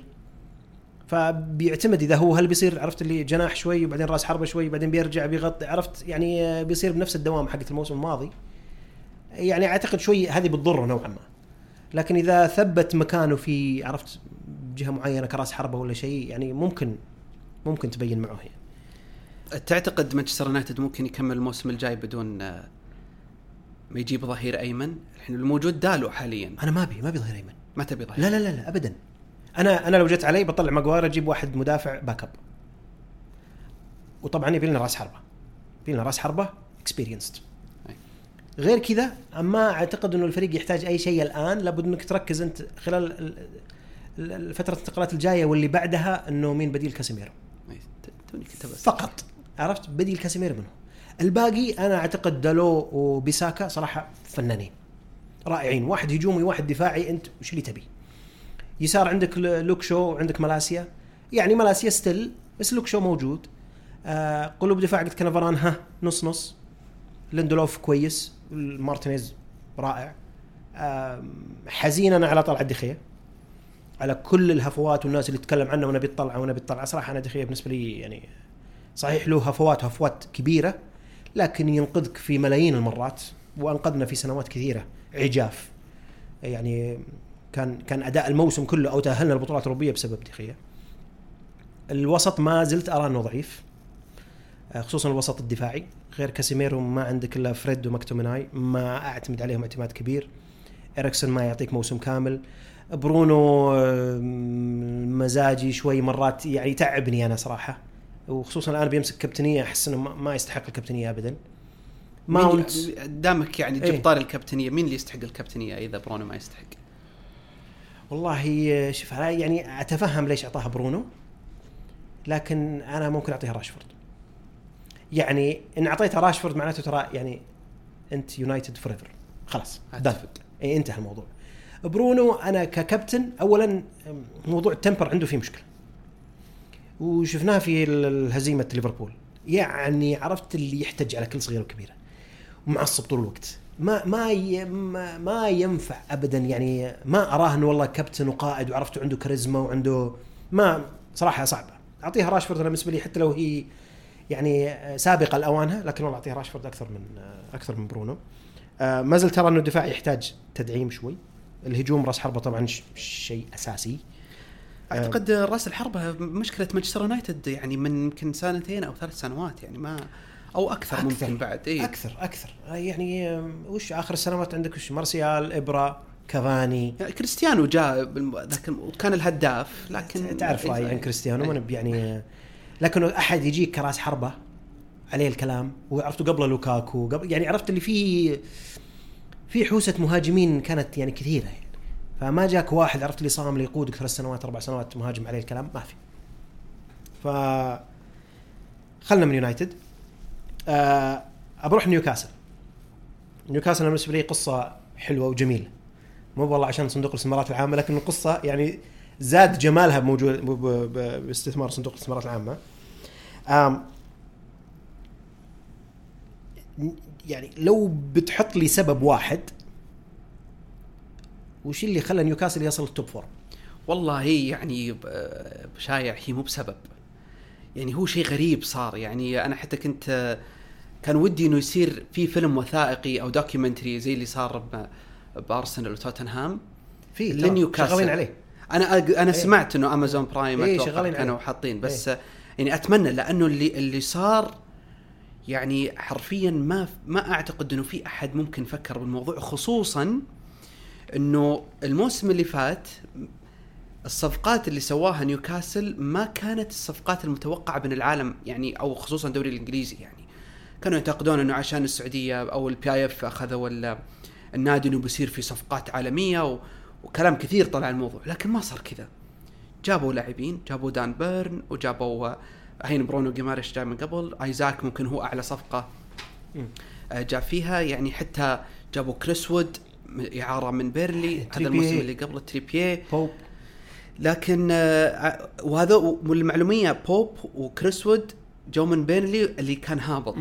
فبيعتمد اذا هو هل بيصير عرفت اللي جناح شوي وبعدين راس حربه شوي وبعدين بيرجع بيغطي، عرفت يعني بيصير بنفس الدوام حقت الموسم الماضي. يعني اعتقد شوي هذه بتضره نوعا ما. لكن اذا ثبت مكانه في عرفت جهه معينه كراس حربه ولا شيء، يعني ممكن ممكن تبين معه. يعني تعتقد مانشستر يونايتد ممكن يكمل الموسم الجاي بدون ما يجيب ظهير ايمن؟ الحين الموجود دالو حاليا. انا ما ابي ما ابي ظهير ايمن. ما تبي ظهير؟ لا لا لا, لا ابدا. انا انا لو جت علي بطلع ماغواير اجيب واحد مدافع باك اب. وطبعا يبي لنا راس حربه، يبي لنا راس حربه اكسبيرينسد. غير كذا ما اعتقد انه الفريق يحتاج اي شيء الان. لابد انك تركز انت خلال الفتره الانتقالات الجايه واللي بعدها انه مين بديل كاسيميرو فقط. عرفت بديل كاسيميرو منه. الباقي انا اعتقد دالو وبيساكا صراحه فنانين رائعين، واحد هجومي واحد دفاعي. انت وش اللي تبي؟ يسار عندك لوك شو وعندك ملاسيا، يعني ملاسيا ستيل بس لوك شو موجود. آه قلوب دفاع قلت كنفران ها نص نص. ليندلوف كويس، مارتينيز رائع. آه حزين انا على طلعة دخية، على كل الهفوات والناس اللي تتكلم عنه وانا بيطلع وانا بيطلع. صراحه انا دخية بالنسبه لي يعني صحيح له هفوات هفوات كبيره، لكن ينقذك في ملايين المرات وانقذنا في سنوات كثيره عجاف. يعني كان كان اداء الموسم كله او تاهلنا البطولات الاوروبيه بسبب دخية. الوسط ما زلت ارى انه ضعيف، خصوصا الوسط الدفاعي. غير كاسيميرو ما عندك الا فريد وماكتوميناي، ما اعتمد عليهم اعتماد كبير. إريكسون ما يعطيك موسم كامل. برونو مزاجي شوي مرات يعني تعبني انا صراحه، وخصوصا الان بيمسك كابتنيه احس انه ما يستحق الكابتنيه ابدا. ماونت دامك يعني جبت طاري الكابتنيه، مين اللي يستحق الكابتنيه اذا برونو ما يستحق؟ والله شوف يعني اتفهم ليش اعطاها برونو، لكن انا ممكن اعطيها راشفورد. يعني ان اعطيتها راشفورد معناته ترى يعني انت يونايتد فوريفر خلاص اتفق، اي انتهى الموضوع. برونو انا ككابتن اولا موضوع التمبر عنده فيه مشكله، وشفناها في الهزيمه ليفربول. يعني عرفت اللي يحتج على كل صغيره وكبيره ومعصب طول الوقت. ما ما ما, ما ينفع ابدا. يعني ما اراه انه والله كابتن وقائد وعرفته عنده كاريزما وعنده ما صراحه صعبه. اعطيها راشفورد انا بالنسبه لي حتى لو هي يعني سابقه لاوانها، لكن والله اعطيها راشفورد اكثر من اكثر من برونو. آه ما زلت ترى انه الدفاع يحتاج تدعيم شوي. الهجوم راس حربه طبعا شيء اساسي. اعتقد راس الحربه مشكله مانشستر يونايتد يعني من يمكن سنتين او ثلاث سنوات يعني ما او اكثر, أكثر ممكن بعد إيه؟ اكثر اكثر يعني وش اخر السنوات عندك وش مارسيال ابرا كافاني يعني كريستيانو جاء ذاك وكان الهداف، لكن تعرف رايي عن كريستيانو ما يعني، لكنه احد يجيك كراس حربه عليه الكلام. وعرفته قبل لوكاكو قبل يعني عرفت اللي فيه في حوسه مهاجمين كانت يعني كثيره يعني. فما جاك واحد عرفت اللي صام لي يقودك ثلاث سنوات اربع سنوات مهاجم عليه الكلام ما في. ف خلنا من يونايتد. أه... أبروح نيوكاسل. نيوكاسل بالنسبه لي قصه حلوه وجميله. مو والله عشان صندوق الاستثمارات العامه، لكن القصه يعني زاد جمالها موجود باستثمار صندوق الاستثمارات العامه. آم يعني لو بتحط لي سبب واحد، وش اللي خلى نيوكاسل يصل التوب فور؟ والله هي يعني بشايع، هي مو بسبب، يعني هو شيء غريب صار. يعني أنا حتى كنت كان ودي إنه يصير في فيلم وثائقي أو دوكيومنتري زي اللي صار بأرسنال وتوتنهام في لنيوكاسل شغالين عليه. أنا أنا سمعت إنه أمازون برايم ايه أتوقع كانوا حاطين، بس ايه. يعني أتمنى، لأنه اللي اللي صار يعني حرفيا ما ما أعتقد إنه في أحد ممكن فكر بالموضوع، خصوصا إنه الموسم اللي فات الصفقات اللي سواها نيوكاسل ما كانت الصفقات المتوقعة من العالم، يعني أو خصوصا الدوري الإنجليزي. يعني كانوا يعتقدون إنه عشان السعودية أو البي آي إف أخذوا النادي إنه بيصير في صفقات عالمية و... وكلام كثير طلع الموضوع، لكن ما صار كذا. جابوا لاعبين، جابوا دان بيرن وجابوا الحين برونو جيماريش جاي من قبل، ايزاك ممكن هو اعلى صفقه جاء فيها، يعني حتى جابوا كريس وود اعاره من بيرلي هذا الموسم اللي قبل، تريبيه، بوب. لكن وهذا والمعلوميه بوب وكريس وود جو من بيرلي اللي كان هابط.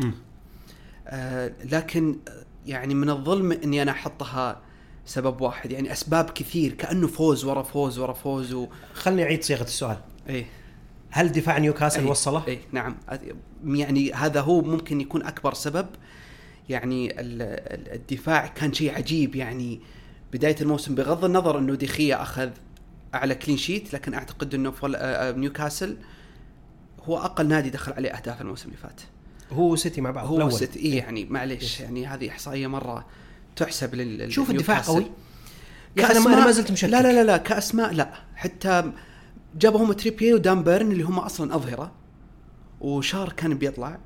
آه لكن يعني من الظلم اني انا احطها سبب واحد، يعني اسباب كثير كانه فوز ورا فوز ورا فوز و... خلني اعيد صيغه السؤال. ايه هل دفاع نيوكاسل أيه وصله؟ ايه نعم، يعني هذا هو ممكن يكون اكبر سبب. يعني الدفاع كان شيء عجيب، يعني بدايه الموسم بغض النظر انه ديخيا اخذ اعلى كلين شيت، لكن اعتقد انه نيوكاسل هو اقل نادي دخل عليه اهداف الموسم اللي فات. هو سيتي مع بعض، هو سيتي إيه يعني معليش، يعني هذه احصائيه مره تحسب لل شوف الدفاع قوي. يعني انا ما زلت مشكك. لا لا لا لا كاسماء لا، حتى جابهم تريبيه ودان بيرن اللي هم اصلا اظهره، وشار كان بيطلع،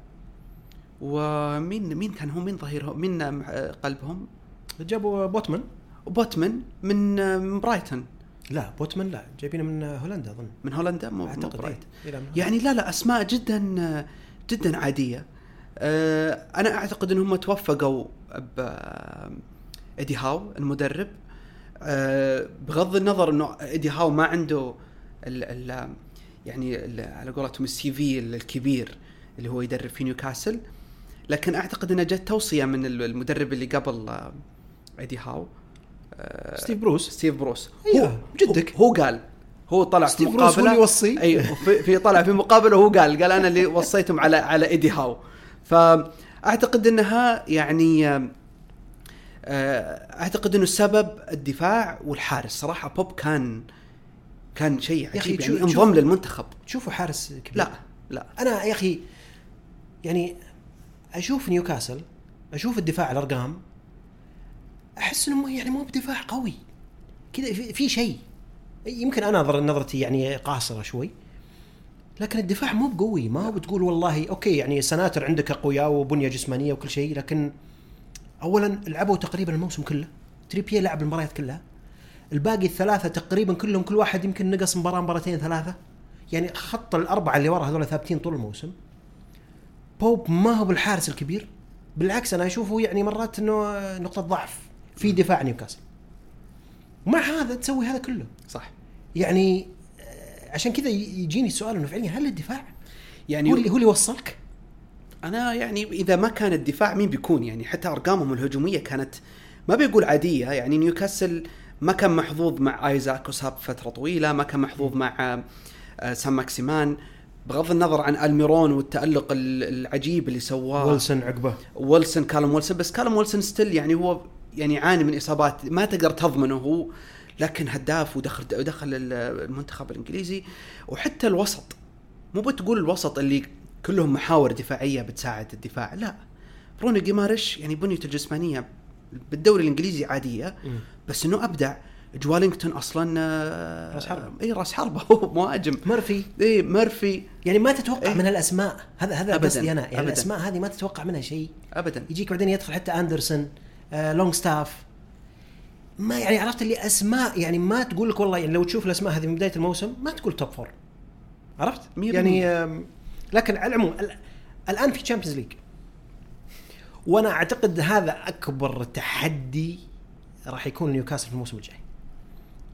ومين مين كان هم مين ظهيرهم مين قلبهم، جابوا بوتمان وبوتمان من من برايتون. لا بوتمان لا، جايبينه من هولندا اظن، من هولندا مو اعتقد برايتون. إيه؟ يعني لا لا اسماء جدا جدا عاديه. أه انا اعتقد انهم توفقوا ب ايدي هاو المدرب. أه بغض النظر انه ايدي هاو ما عنده ال ال يعني ال على قولتهم السي في الكبير اللي هو يدرب في نيوكاسل، لكن اعتقد انها جت توصيه من المدرب اللي قبل ايدي هاو، أه ستيف بروس. ستيف بروس هو جدك هو قال هو طلع في مقابله يوصي. اي في, في طلع في مقابله وهو قال قال انا اللي وصيتهم على على ايدي هاو. فاعتقد انها يعني اعتقد انه السبب الدفاع والحارس. صراحه بوب كان كان شيء عجيب، يعني انضم للمنتخب. تشوفوا حارس كبير؟ لا لا انا يا اخي يعني اشوف نيوكاسل، اشوف الدفاع الارقام، احس انه يعني مو بدفاع قوي كذا، في, في شيء يمكن انا نظر نظرتي يعني قاصره شوي، لكن الدفاع مو بقوي. ما هو بتقول والله اوكي يعني سناتر عندك اقوياء وبنيه جسمانيه وكل شيء، لكن اولا لعبوا تقريبا الموسم كله، تريبيه لعب المباريات كلها، الباقي الثلاثه تقريبا كلهم كل واحد يمكن نقص مباراه مباراتين ثلاثه، يعني خط الاربعه اللي ورا هذول ثابتين طول الموسم. بوب ما هو بالحارس الكبير، بالعكس انا اشوفه يعني مرات انه نقطه ضعف في دفاع نيوكاسل. ومع هذا تسوي هذا كله صح. يعني عشان كذا يجيني السؤال انه فعليا هل الدفاع يعني هو اللي هو اللي وصلك؟ انا يعني اذا ما كان الدفاع مين بيكون؟ يعني حتى ارقامهم الهجوميه كانت ما بيقول عاديه. يعني نيوكاسل ما كان محظوظ مع ايزاك وصاب فتره طويله، ما كان محظوظ مع سان ماكسيمان، بغض النظر عن الميرون والتألق العجيب اللي سواه ويلسون عقبه ويلسون كالوم ويلسون، بس كالوم ويلسون ستيل يعني هو يعني عاني من اصابات ما تقدر تضمنه هو، لكن هداف ودخل ودخل المنتخب الانجليزي. وحتى الوسط مو بتقول الوسط اللي كلهم محاور دفاعيه بتساعد الدفاع، لا، برونو جيماريش يعني بنيته الجسمانيه بالدوري الانجليزي عاديه، م. بس انه ابدع. جوالينغتون اصلا راس حربه، اي راس حربه هو مهاجم. ميرفي اي ميرفي، يعني ما تتوقع إيه؟ من الاسماء هذا هذا قصدي انا يعني أبداً. الاسماء هذه ما تتوقع منها شيء ابدا، يجيك بعدين يدخل حتى اندرسون، آه، لونغ ستاف، ما يعني عرفت اللي اسماء يعني ما تقول لك والله، يعني لو تشوف الاسماء هذه من بدايه الموسم ما تقول توب فور، عرفت يعني. لكن على العموم الان في تشامبيونز ليج، وانا اعتقد هذا اكبر تحدي راح يكون نيوكاسل في الموسم الجاي.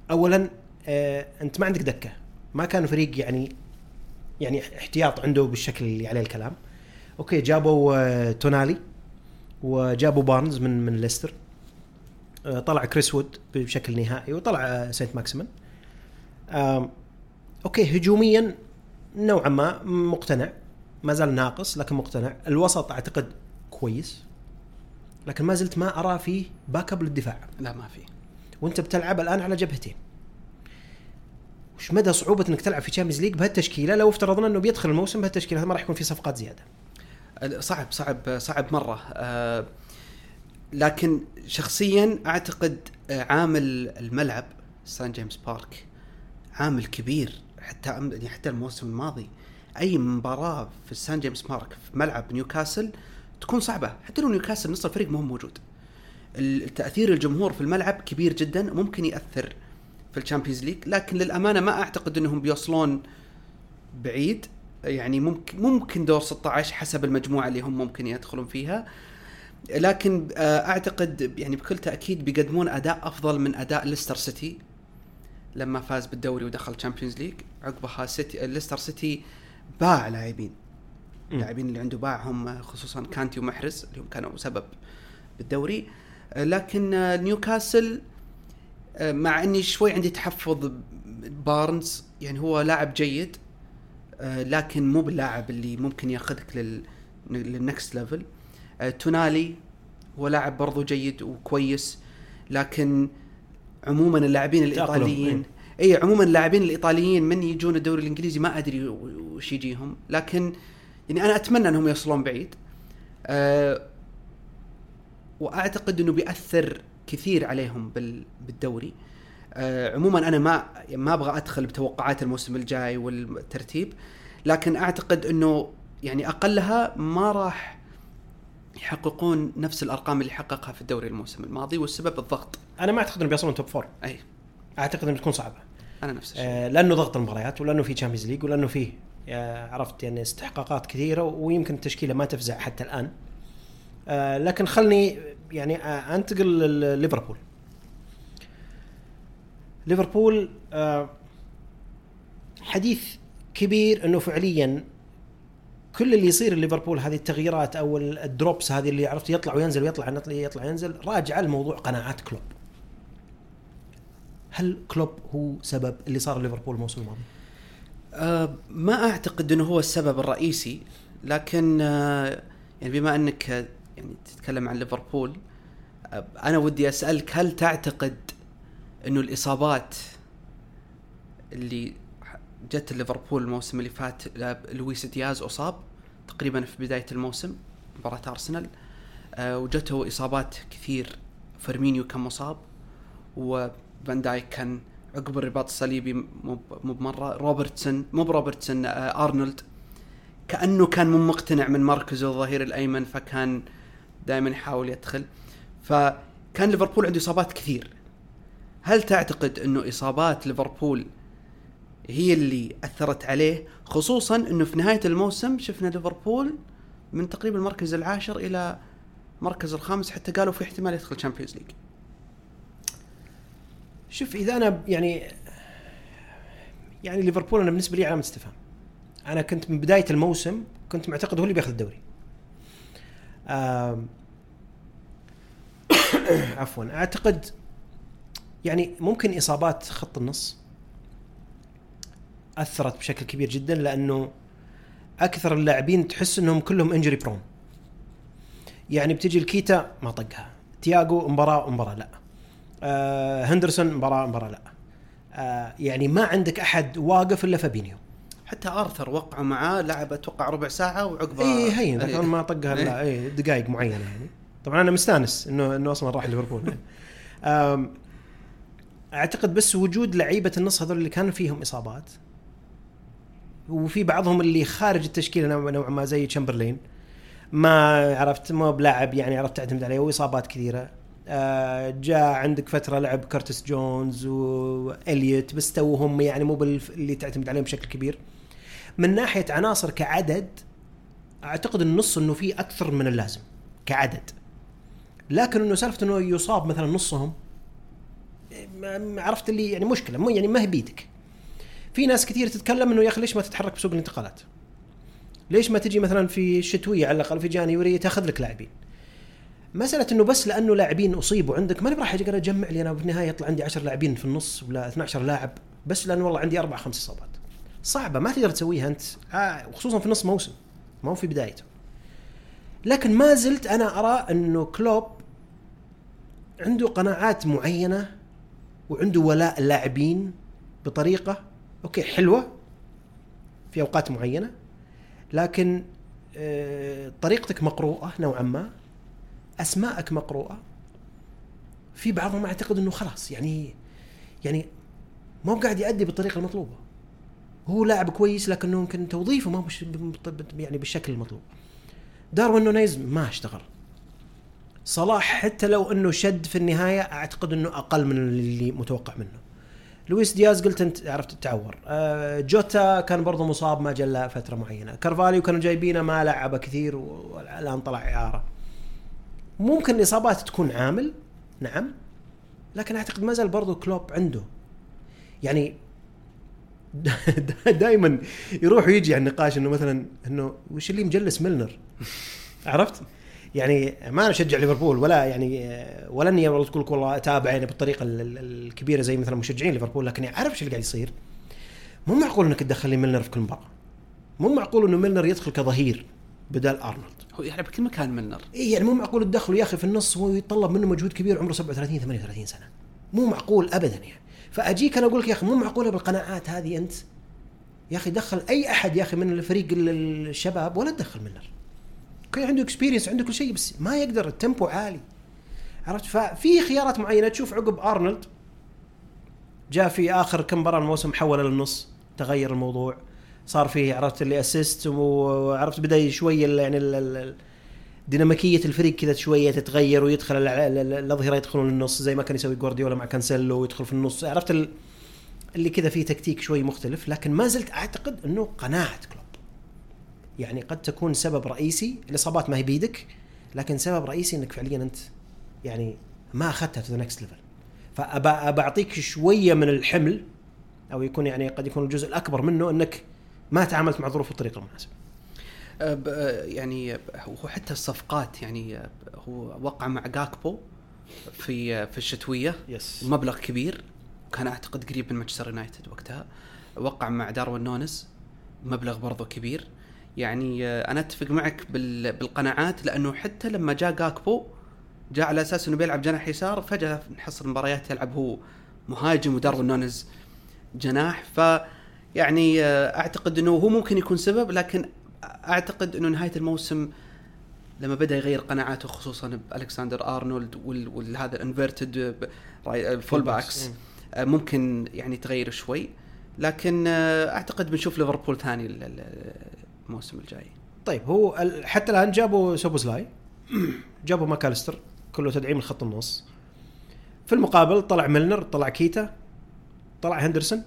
اولا آه انت ما عندك دكه، ما كان فريق يعني يعني احتياط عنده بالشكل اللي عليه الكلام. اوكي جابوا آه تونالي وجابوا بارنز من من ليستر، آه طلع كريس وود بشكل نهائي، وطلع آه سينت ماكسيمن. آه اوكي هجوميا نوعا ما مقتنع، ما زال ناقص لكن مقتنع. الوسط اعتقد كويس، لكن ما زلت ما ارى فيه باك اب للدفاع. لا ما في. وانت بتلعب الان على جبهتين. وش مدى صعوبة انك تلعب في تشامبيونز ليج بهالتشكيلة لو افترضنا انه بيدخل الموسم بهالتشكيلة؟ ما راح يكون في صفقات زيادة. صعب صعب صعب مرة. آه لكن شخصيا اعتقد عامل الملعب سان جيمس بارك عامل كبير. حتى يعني حتى الموسم الماضي اي مباراة في سان جيمس بارك في ملعب نيوكاسل تكون صعبة، حتى لو نيوكاسل نص الفريق مو موجود. التأثير الجمهور في الملعب كبير جدا، ممكن يأثر في الشامبيونز ليج. لكن للأمانة ما أعتقد أنهم بيوصلون بعيد، يعني ممكن ممكن دور ستة عشر حسب المجموعة اللي هم ممكن يدخلون فيها. لكن أعتقد يعني بكل تأكيد بيقدمون أداء أفضل من أداء ليستر سيتي لما فاز بالدوري ودخل الشامبيونز ليج. عقبها سيتي ليستر سيتي باع لاعبين لاعبين اللي عنده باعهم، خصوصا كانتي ومحرز اللي هم كانوا سبب بالدوري. لكن نيوكاسل مع اني شوي عندي تحفظ بارنز، يعني هو لاعب جيد لكن مو باللاعب اللي ممكن ياخذك لل للنكست ليفل. تونالي هو لاعب برضو جيد وكويس، لكن عموما اللاعبين الايطاليين اي عموما اللاعبين الايطاليين من يجون الدوري الانجليزي ما ادري وش يجيهم. لكن يعني انا اتمنى انهم يوصلون بعيد، أه واعتقد انه بيأثر كثير عليهم بالدوري. أه عموما انا ما ما ابغى ادخل بتوقعات الموسم الجاي والترتيب، لكن اعتقد انه يعني اقلها ما راح يحققون نفس الارقام اللي حققها في الدوري الموسم الماضي، والسبب الضغط. انا ما اعتقد انه بيوصلون توب فور. اي اعتقد انه تكون صعبه. انا نفس الشيء. آه لانه ضغط المباريات، ولانه في تشامبيونز ليج، ولانه فيه آه عرفت يعني استحقاقات كثيره، ويمكن التشكيله ما تفزع حتى الان. آه لكن خلني يعني آه انتقل لليفربول. ليفربول آه حديث كبير انه فعليا كل اللي يصير ليفربول هذه التغييرات او الدروبس هذه اللي عرفت يطلع وينزل ويطلع يطلع يطلع ينزل، راجع الموضوع قناعات كلوب. هل كلوب هو سبب اللي صار ليفربول الموسم الماضي؟ أه ما اعتقد انه هو السبب الرئيسي، لكن أه يعني بما انك يعني تتكلم عن ليفربول، أه انا ودي اسالك هل تعتقد انه الاصابات اللي جت ليفربول الموسم اللي فات، لويس دياز اصاب تقريبا في بدايه الموسم مباراه ارسنال، أه وجته اصابات كثير، فيرمينيو كان مصاب، وفان دايك كان عقب الرباط الصليبي مو بمره، روبرتسون مو بروبرتسون آه ارنولد كانه كان مو مقتنع من مركزه الظهير الايمن، فكان دائما يحاول يدخل. فكان ليفربول عنده اصابات كثير. هل تعتقد انه اصابات ليفربول هي اللي اثرت عليه، خصوصا انه في نهايه الموسم شفنا ليفربول من تقريبا المركز العاشر الى مركز الخامس، حتى قالوا في احتمال يدخل تشامبيونز ليج؟ شوف اذا انا يعني يعني ليفربول انا بالنسبه لي علامه استفهام. انا كنت من بدايه الموسم كنت معتقد هو اللي بياخذ الدوري. عفوا اعتقد يعني ممكن اصابات خط النص اثرت بشكل كبير جدا، لانه اكثر اللاعبين تحس انهم كلهم انجري برون. يعني بتجي الكيتا ما طقها، تياغو مباراه مباراه لا، آه هندرسون مباراه مباراه لا، آه يعني ما عندك احد واقف الا فابينيو. حتى آرثر وقعوا معاه لعب اتوقع ربع ساعه وعقبه اي هين لكن ما طقها الا اي دقائق معينه. يعني طبعا انا مستانس انه انه اصلا راح ليفربول. يعني اعتقد بس وجود لعيبه النص هذول اللي كانوا فيهم اصابات، وفي بعضهم اللي خارج التشكيله نوعا ما زي تشامبرلين ما عرفت ما بلاعب يعني عرفت تعتمد عليه، واصابات كثيره. آه جاء عندك فتره لعب كارتس جونز وإليوت بس توهم يعني مو باللي تعتمد عليهم بشكل كبير. من ناحيه عناصر كعدد اعتقد النص انه فيه اكثر من اللازم كعدد، لكن انه سالفه انه يصاب مثلا نصهم عرفت اللي يعني مشكله مو يعني ما هي بيدك. في ناس كثير تتكلم انه يا اخي ليش ما تتحرك بسوق الانتقالات؟ ليش ما تجي مثلا في الشتويه على الاقل في جانيوري تاخذ لك لاعبين؟ مساله انه بس لانه لاعبين اصيبوا عندك ما راح اجي اجمع لي انا بالنهايه يطلع عندي عشر لاعبين في النص ولا اثنا عشر لاعب بس لانه والله عندي اربع خمس اصابات. صعبه ما تقدر تسويها انت آه وخصوصا في نص موسم ما هو في بدايته. لكن ما زلت انا ارى انه كلوب عنده قناعات معينه وعنده ولاء اللاعبين بطريقه اوكي حلوه في اوقات معينه، لكن آه طريقتك مقروءه نوعا ما، اسماءك مقروءه، في بعضهم اعتقد انه خلاص يعني يعني ما هو قاعد يؤدي بالطريقه المطلوبه. هو لاعب كويس لكنه ممكن توظيفه ما هو يعني بالشكل المطلوب. داروين نونيز ما اشتغل. صلاح حتى لو انه شد في النهايه اعتقد انه اقل من اللي متوقع منه. لويس دياز قلت انت عرفت تعور. أه جوتا كان برضه مصاب ما جلى فتره معينه. كارفاليو كانوا جايبينه ما لعب كثير والان طلع اعاره. ممكن الاصابات تكون عامل نعم، لكن اعتقد ما زال برضه كلوب عنده يعني دائما يروح ويجي على النقاش انه مثلا انه وش اللي مجلس ميلنر عرفت يعني ما انا اشجع ليفربول ولا يعني ولا اني والله تقول لك والله اتابع يعني بالطريقه الكبيره زي مثلا مشجعين ليفربول، لكن اعرف ايش اللي قاعد يصير. مو معقول انك تدخل لي ميلنر في كل مباراه، مو معقول انه ميلنر يدخل كظهير بدل ارنولد، هو يلعب بكل مكان ميلنر. اي يعني مو معقول تدخله يا اخي في النص ويطلب منه مجهود كبير عمره سبعة وثلاثين ثمانية وثلاثين سنه، مو معقول ابدا يعني. فاجيك انا اقول لك يا اخي مو معقوله بالقناعات هذه انت يا اخي دخل اي احد يا اخي من الفريق الشباب ولا تدخل ميلنر. اوكي عنده اكسبيرينس عنده كل شيء بس ما يقدر، التيمبو عالي عرفت. ففي خيارات معينه تشوف عقب ارنولد جاء في اخر كم مباراه الموسم حول للنص تغير الموضوع، صار فيه عرفت اللي اسيست وعرفت بدا شويه يعني ديناميكيه الفريق كذا شويه تتغير ويدخل الاظهره يدخلون للنص زي ما كان يسوي جوارديولا مع كانسيلو ويدخل في النص عرفت اللي كذا فيه تكتيك شوي مختلف. لكن ما زلت اعتقد انه قناعه كلوب يعني قد تكون سبب رئيسي. الاصابات ما هي بيدك، لكن سبب رئيسي انك فعليا انت يعني ما اخذتها تو ذا نكست ليفل. فابعطيك شويه من الحمل او يكون يعني قد يكون الجزء الاكبر منه انك ما تعاملت مع ظروف الطريقه المناسبه. يعني هو حتى الصفقات يعني هو وقع مع جاكبو في في الشتويه يس. مبلغ كبير وكان اعتقد قريب من مانشستر يونايتد وقتها. وقع مع داروين نونيز مبلغ برضه كبير. يعني انا اتفق معك بالقناعات، لانه حتى لما جاء جاكبو جاء على اساس انه بيلعب جناح يسار، فجاه نحصل مباريات يلعب هو مهاجم وداروين نونيز جناح. ف يعني اعتقد انه هو ممكن يكون سبب، لكن اعتقد انه نهايه الموسم لما بدا يغير قناعاته خصوصا بالكسندر ارنولد وهذا الانفيرتد فول باكس ممكن يعني تغير شوي. لكن اعتقد بنشوف ليفربول ثاني الموسم الجاي. طيب هو حتى الان جابوا سوبوزلاي جابوا ماكاليستر كله تدعيم الخط النص. في المقابل طلع ميلنر طلع كيتا طلع هندرسون،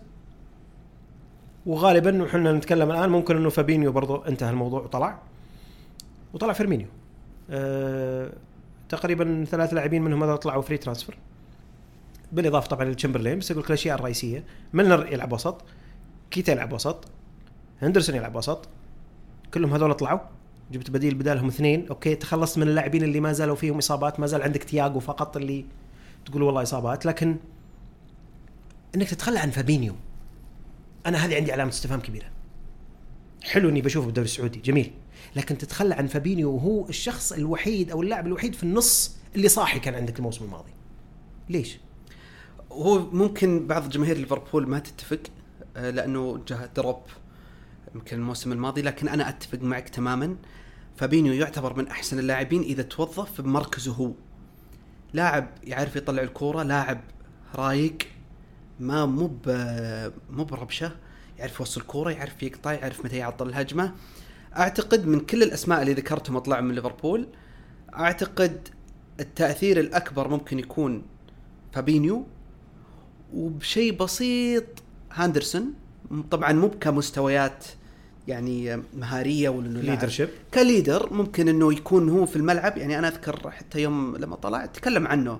وغالبا وحنا نتكلم الان ممكن انه فابينيو برضو انتهى الموضوع وطلع وطلع فيرمينيو. أه تقريبا ثلاث لاعبين منهم هذول طلعوا فري ترانسفير، بالاضافه طبعا للتشامبرلين. بس اقول لك الاشياء الرئيسيه ميلنر يلعب وسط، كيتا يلعب وسط، هندرسون يلعب وسط، كلهم هذول طلعوا. جبت بديل بدالهم اثنين. اوكي تخلصت من اللاعبين اللي ما زالوا فيهم اصابات، ما زال عندك تياغو فقط اللي تقول والله اصابات. لكن انك تتخلى عن فابينيو انا هذه عندي علامه استفهام كبيره. حلو اني بشوفه بالدوري السعودي جميل، لكن تتخلى عن فابينيو وهو الشخص الوحيد او اللاعب الوحيد في النص اللي صاحي كان عندك الموسم الماضي. ليش؟ هو ممكن بعض جماهير ليفربول ما تتفق لانه جاء دروب يمكن الموسم الماضي، لكن انا اتفق معك تماما. فابينيو يعتبر من احسن اللاعبين اذا توظف بمركزه هو. لاعب يعرف يطلع الكوره، لاعب رايق ما مو مو بربشه، يعرف يوصل الكوره، يعرف يقطع، يعرف متى يعطل الهجمه. اعتقد من كل الاسماء اللي ذكرتهم اطلعوا من ليفربول، اعتقد التاثير الاكبر ممكن يكون فابينيو، وبشيء بسيط هاندرسون. طبعا مو كمستويات يعني مهاريه ولا انه ليدرشيب كليدر، ممكن انه يكون هو في الملعب. يعني انا اذكر حتى يوم لما طلع تكلم عنه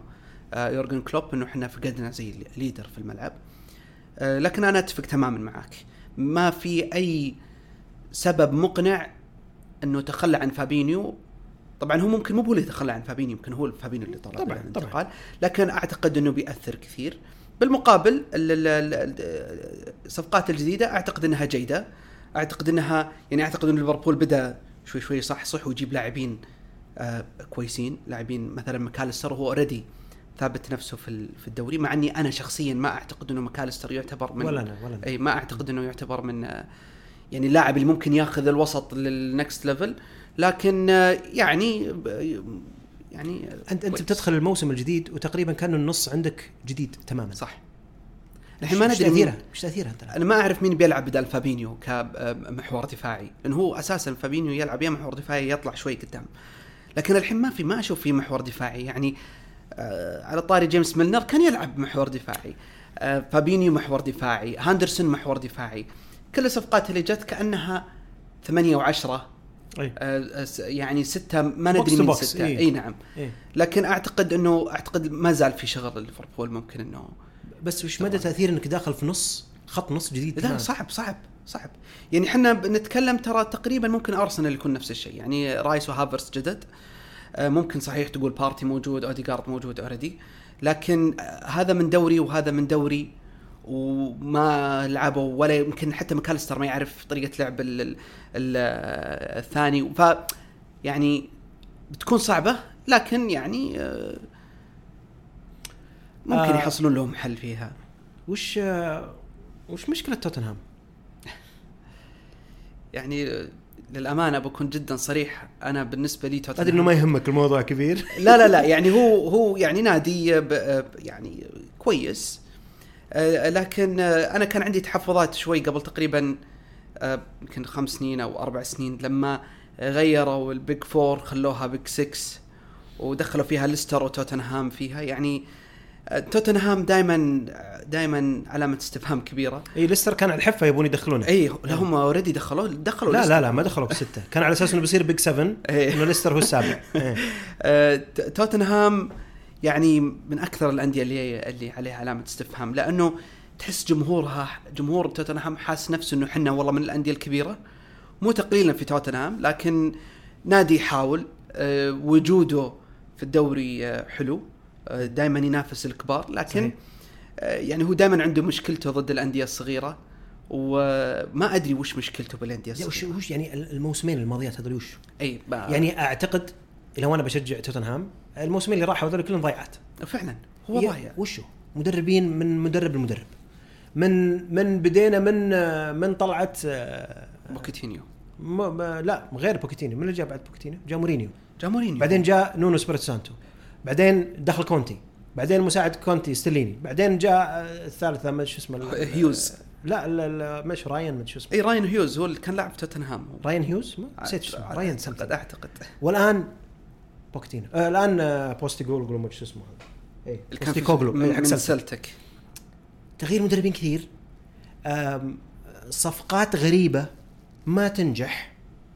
يورجن كلوب انه احنا فقدنا زي ليدر في الملعب. لكن انا اتفق تماما معك، ما في اي سبب مقنع انه تخلى عن فابينيو. طبعا هو ممكن مو هو اللي يتخلى عن فابينيو، يمكن هو فابينيو اللي طلب طبعا الانتقال، طبعا. لكن اعتقد انه بيأثر كثير. بالمقابل الصفقات الجديده اعتقد انها جيده، اعتقد انها يعني اعتقد ان ليفربول بدا شوي شوي صح صح ويجيب لاعبين آه كويسين، لاعبين مثلا ماكاليستر هو اوريدي ثابت نفسه في في الدوري، مع اني انا شخصيا ما اعتقد انه ماكاليستر يعتبر من ولا أنا ولا أنا. اي ما اعتقد انه يعتبر من آه يعني اللاعب اللي ممكن ياخذ الوسط للنكست ليفل، لكن آه يعني يعني انت انت بتدخل الموسم الجديد وتقريبا كان النص عندك جديد تماما. صح. الحين ما ندري تأثيره مش تأثيره انت. انا ما اعرف مين بيلعب بدال فابينيو كمحور دفاعي، لانه هو اساسا فابينيو يلعب يا محور دفاعي يطلع شوي قدام، لكن الحين ما في ما اشوف في محور دفاعي. يعني آه على طاري جيمس ميلنر كان يلعب محور دفاعي، آه فابينيو محور دفاعي، هاندرسون محور دفاعي. كل الصفقات اللي جت كأنها ثمانية وعشرة، آه يعني ستة ما ندري من ستة. إيه. اي نعم. إيه. لكن اعتقد انه اعتقد ما زال في شغل ليفربول ممكن انه بس وش مدى تأثير انك داخل في نص خط نص جديد؟ لا صعب صعب صعب. يعني احنا بنتكلم ترى تقريبا ممكن أرسنال يكون نفس الشيء، يعني رايس وهافرس جدد، ممكن صحيح تقول بارتي موجود، أوديغارد موجود أوريدي، لكن هذا من دوري وهذا من دوري وما لعبوا ولا يمكن حتى ماكاليستر ما يعرف طريقة لعب ال ال ال الثاني، ف يعني بتكون صعبة، لكن يعني ممكن آه يحصلون لهم حل فيها. وش وش مشكلة توتنهام؟ يعني للأمانة بكون جدا صريح، أنا بالنسبة لي توتنهام أدري إنه ما يهمك الموضوع كبير. لا لا لا يعني هو هو يعني نادي يعني كويس، لكن أنا كان عندي تحفظات شوي قبل تقريبا يمكن خمس سنين أو أربع سنين لما غيروا البيج فور خلوها بيج سكس ودخلوا فيها ليستر وتوتنهام فيها. يعني توتنهام دائما دائما علامة استفهام كبيرة. اي ليستر كان على الحفة يبون يدخلونه. اي هم اوريدي دخلوا دخلوا لا لا لا ما دخلوا بستة، كان على اساس انه بيصير بيج سفن انه ليستر هو السابع. توتنهام يعني من اكثر الاندية اللي اللي عليها علامة استفهام، لانه تحس جمهورها جمهور توتنهام حاس نفسه انه حنا والله من الاندية الكبيرة، مو تقليلا في توتنهام، لكن نادي يحاول وجوده في الدوري حلو، دائما ينافس الكبار، لكن صحيح. يعني هو دائما عنده مشكلته ضد الأندية الصغيرة، وما أدري وش مشكلته بالأندية الصغيرة. وش يعني الموسمين الماضيات هذول وش؟ أي يعني أعتقد لو أنا بشجع توتنهام الموسمين اللي راحوا هذول كلهم ضيعات. فعلا هو ضايع. وشو مدربين من مدرب لمدرب، من من بدينا من من طلعت بوكيتينيو، لا غير بوكيتينيو، من اللي جاء بعد بوكيتينيو؟ جاء مورينيو. جاء مورينيو بعدين جاء نونو سبيريتو سانتو، بعدين دخل كونتي، بعدين مساعد كونتي ستيليني، بعدين جاء الثالثة ما شو اسمه هيوز. لا لا مش راين ما شو اسمه. اي راين هيوز هو اللي كان لاعب توتنهام. راين هيوز ما نسيت اسمه. راين اعتقد اعتقد والان بوكيتينو آه الان بوستيغول قولوا ما شو اسمه هذا. اي بوستيغول من سلتك. تغيير مدربين كثير، صفقات غريبة ما تنجح،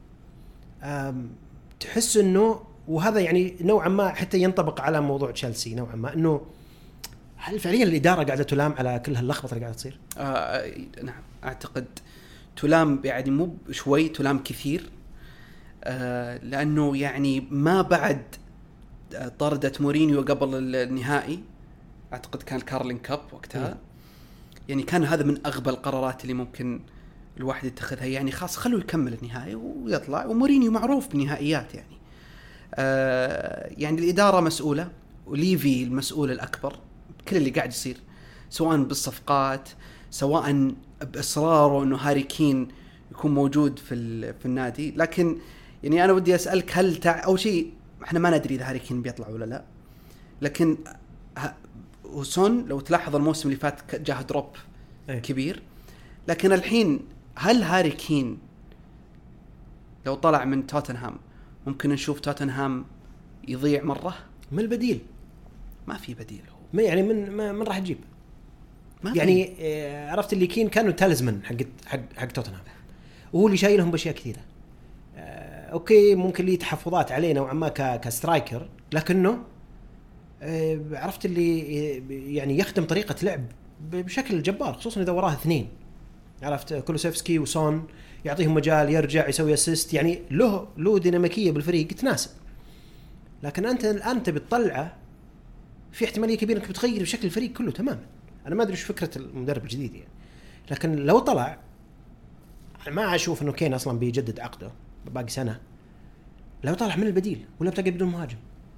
تحس انه وهذا يعني نوعا ما حتى ينطبق على موضوع تشيلسي نوعا ما، انه هل فعليا الإدارة قاعدة تلام على كل هاللخبطة اللي قاعدة تصير؟ آه نعم أعتقد تلام، يعني مو شوي تلام كثير، آه لأنه يعني ما بعد طردت مورينيو قبل النهائي، أعتقد كان كارلين كاب وقتها م. يعني كان هذا من أغبى القرارات اللي ممكن الواحد يتخذها، يعني خاص خلوه يكمل النهائي ويطلع، ومورينيو معروف بالنهائيات يعني. آه يعني الإدارة مسؤولة، وليفي المسؤول الأكبر كل اللي قاعد يصير، سواء بالصفقات سواء بإصراره إنه هاري كين يكون موجود في في النادي. لكن يعني أنا ودي أسألك، هل تع... أو شيء إحنا ما ندري إذا هاري كين بيطلع ولا لا، لكن ه... وسون لو تلاحظ الموسم اللي فات جاه دروب أي. كبير، لكن الحين هل هاري كين لو طلع من توتنهام ممكن نشوف توتنهام يضيع مرة؟ ما البديل؟ ما في بديل. هو ما يعني من ما من راح تجيب يعني آه عرفت اللي كين كانوا تالزمن حق حق حق توتنهام، وهو اللي شايلهم باشياء كثيره. آه اوكي ممكن لي تحفظات عليه نوعا ما كسترايكر، لكنه عرفت اللي يعني يخدم طريقة لعب بشكل جبار، خصوصا إذا وراه اثنين، عرفت كولوسيفسكي وسون يعطيهم مجال يرجع يسوي اسيست، يعني له له ديناميكية بالفريق تناسب. لكن أنت الآن تبي تطلعه في احتمالية كبيرة إنك بتغير بشكل الفريق كله تماما. أنا ما أدري إيش فكرة المدرب الجديد يعني، لكن لو طلع أنا ما أشوف إنه كين أصلاً بيجدد عقده باقي سنة. لو طلع من البديل ولا بتقعد بدون مهاجم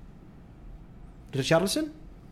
ريتشارلسون،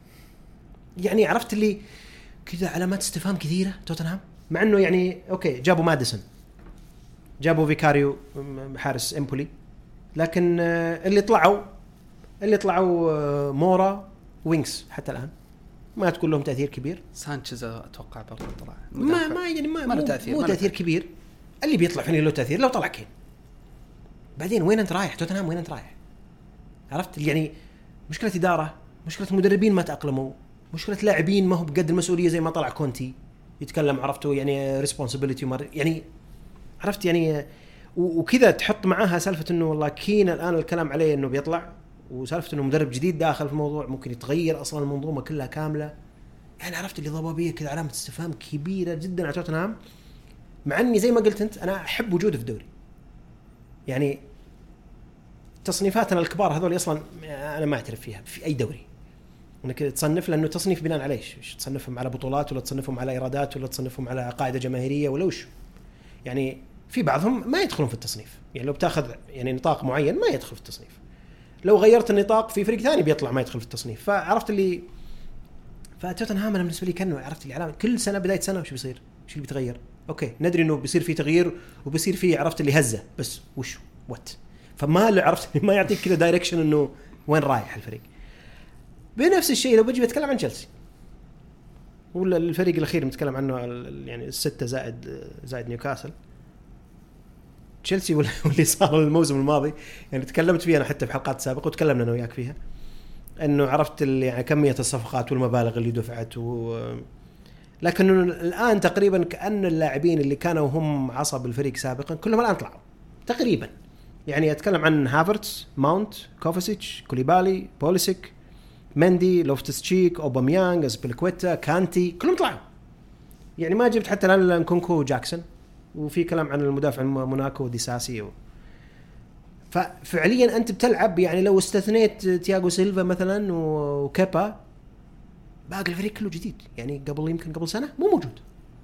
يعني عرفت اللي كذا علامات استفهام كثيرة توتنهام. مع إنه يعني أوكي جابوا ماديسون، جابوا فيكاريو حارس إمبولي، لكن اللي طلعوا اللي طلعوا مورا وينكس حتى الآن ما تقول لهم تأثير كبير. سانشيز أتوقع برضه طلع ما ما يعني ما ما له مو, تأثير, مو ما له تأثير كبير. اللي بيطلع فيني له تأثير لو طلع كين. بعدين وين أنت رايح توتنهام؟ وين أنت رايح؟ عرفت يعني مشكلة إدارة، مشكلة مدربين ما تأقلموا، مشكلة لاعبين ما هو بقد المسؤولية زي ما طلع كونتي يتكلم عرفته يعني responsibility يعني عرفت يعني. وكذا تحط معاها سالفة إنه والله كين الآن الكلام عليه إنه بيطلع، وسالفة إنه مدرب جديد داخل في الموضوع ممكن يتغير أصلاً المنظومة كلها كاملة. يعني عرفت اللي ضبابية كذا علامة استفهام كبيرة جداً على توتنهام. مع إني زي ما قلت أنت أنا أحب وجوده في الدوري، يعني تصنيفاتنا الكبار هذول أصلاً أنا ما أعترف فيها في أي دوري، انك تصنف لانه تصنيف بناء على ايش؟ تصنفهم على بطولات ولا تصنفهم على ايرادات ولا تصنفهم على قاعده جماهيريه ولا وش؟ يعني في بعضهم ما يدخلون في التصنيف، يعني لو بتاخذ يعني نطاق معين ما يدخل في التصنيف، لو غيرت النطاق في فريق ثاني بيطلع ما يدخل في التصنيف. فعرفت اللي فتوتنهام انا بالنسبه لي كانه عرفت اللي علامه كل سنه بدايه سنه وش بيصير، وش اللي بيتغير. اوكي ندري انه بيصير في تغيير وبيصير في عرفت اللي هزه، بس وش وات فما اللي عرفت ما يعطيك كذا دايركشن انه وين رايح الفريق. بنفس الشيء لو بجي بتكلم عن تشيلسي ولا الفريق الأخير نتكلم عنه يعني الستة زائد زائد نيوكاسل، تشيلسي واللي صار الموسم الماضي يعني تكلمت فيه أنا حتى في حلقات سابقة وتكلمنا أنا وياك فيها، إنه عرفت يعني كمية الصفقات والمبالغ اللي دفعت و... لكن الآن تقريبا كأن اللاعبين اللي كانوا هم عصب الفريق سابقا كلهم الآن طلعوا تقريبا. يعني أتكلم عن هافرتس، ماونت، كوفاسيتش، كوليبالي، بوليسيك، مندي، لوفتس تشيك، أوباميانغ، أسبيلكويتا، كانتي، كلهم طلعوا. يعني ما جبت حتى الآن نكونكو جاكسون، وفي كلام عن المدافع موناكو ديساسي و... ففعليا أنت بتلعب يعني لو استثنيت تياغو سيلفا مثلا وكيبا باقي الفريق كله جديد، يعني قبل يمكن قبل سنة مو موجود.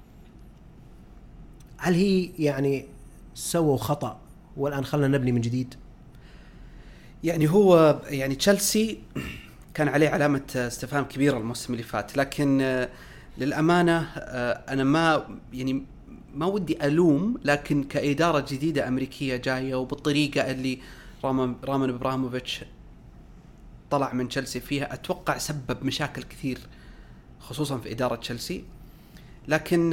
هل هي يعني سووا خطأ والآن خلنا نبني من جديد؟ يعني هو يعني تشيلسي كان عليه علامة استفهام كبيرة الموسم اللي فات، لكن للأمانة أنا ما يعني ما ودي ألوم، لكن كإدارة جديدة أمريكية جاية وبالطريقة اللي رامان إبراهيموفيتش طلع من تشيلسي فيها أتوقع سبب مشاكل كثير خصوصا في إدارة تشيلسي. لكن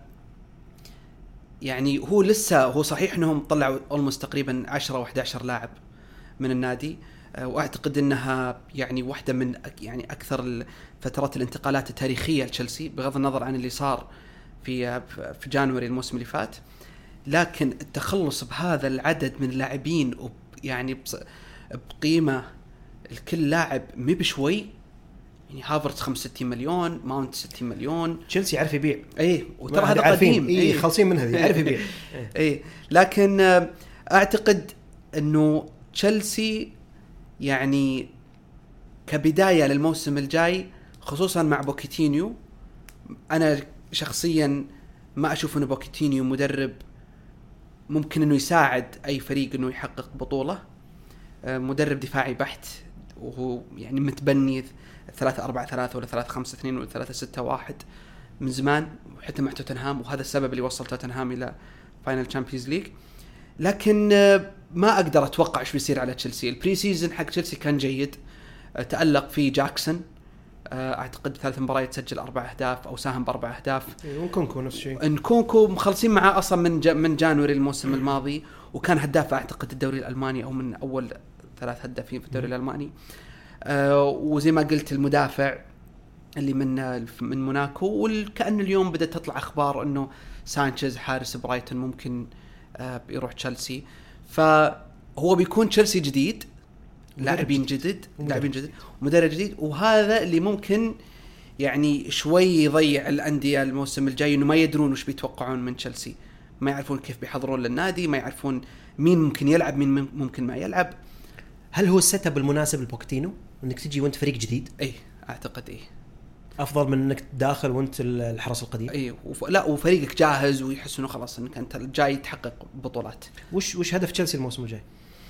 يعني هو لسه هو صحيح أنهم طلعوا almost تقريبا عشرة وإحدى عشر لاعب من النادي، واعتقد انها يعني واحده من يعني اكثر فترات الانتقالات التاريخيه لتشيلسي بغض النظر عن اللي صار في في جانوري الموسم اللي فات. لكن التخلص بهذا العدد من اللاعبين يعني بقيمه الكل لاعب مي بشوي، يعني هافرتس خمسة وستين مليون، ماونت ستين مليون، تشيلسي يعرف يبيع. ايه وترى هذا قديم، ايه خالصين من هذه يعرف يبيع. ايه لكن اعتقد انه تشيلسي يعني كبداية للموسم الجاي خصوصا مع بوكيتينيو، أنا شخصيا ما أشوف أنه بوكيتينيو مدرب ممكن أنه يساعد أي فريق أنه يحقق بطولة. مدرب دفاعي بحت، وهو يعني متبني ثلاثة أربعة ثلاثة ولا ثلاثة خمسة اثنين ولا ثلاثة ستة واحد من زمان حتى مع توتنهام، وهذا السبب اللي وصل توتنهام إلى فاينل تشامبيونز ليج. لكن ما أقدر أتوقع إيش بيصير على تشيلسي. البري سيزن حق تشيلسي كان جيد، تألق فيه جاكسون، أعتقد ثلاث مباريات سجل أربع أهداف أو ساهم بأربع أهداف. ونكونكو نفس الشيء، نكونكو مخلصين معاه أصلا من جا من جانوري الموسم الماضي، وكان هداف أعتقد الدوري الألماني أو من أول ثلاث هدافين في الدوري الألماني. وزي ما قلت المدافع اللي من من موناكو، وكأن اليوم بدأت تطلع أخبار إنه سانشيز حارس برايتون ممكن يروح تشيلسي. فهو بيكون تشيلسي جديد لاعبين جدد لاعبين جدد ومدرب جديد، وهذا اللي ممكن يعني شوي يضيع الأندية الموسم الجاي، إنه ما يدرون وش بيتوقعون من تشيلسي، ما يعرفون كيف بيحضرون للنادي، ما يعرفون مين ممكن يلعب مين ممكن ما يلعب. هل هو السيت اب المناسب لبوكيتينو انك تجي وانت فريق جديد؟ اي اعتقد ايه افضل من انك داخل وانت الحرس القديم. اي وف... لا وفريقك جاهز ويحس انه خلاص انك انت جاي تحقق بطولات. وش وش هدف تشيلسي الموسم الجاي؟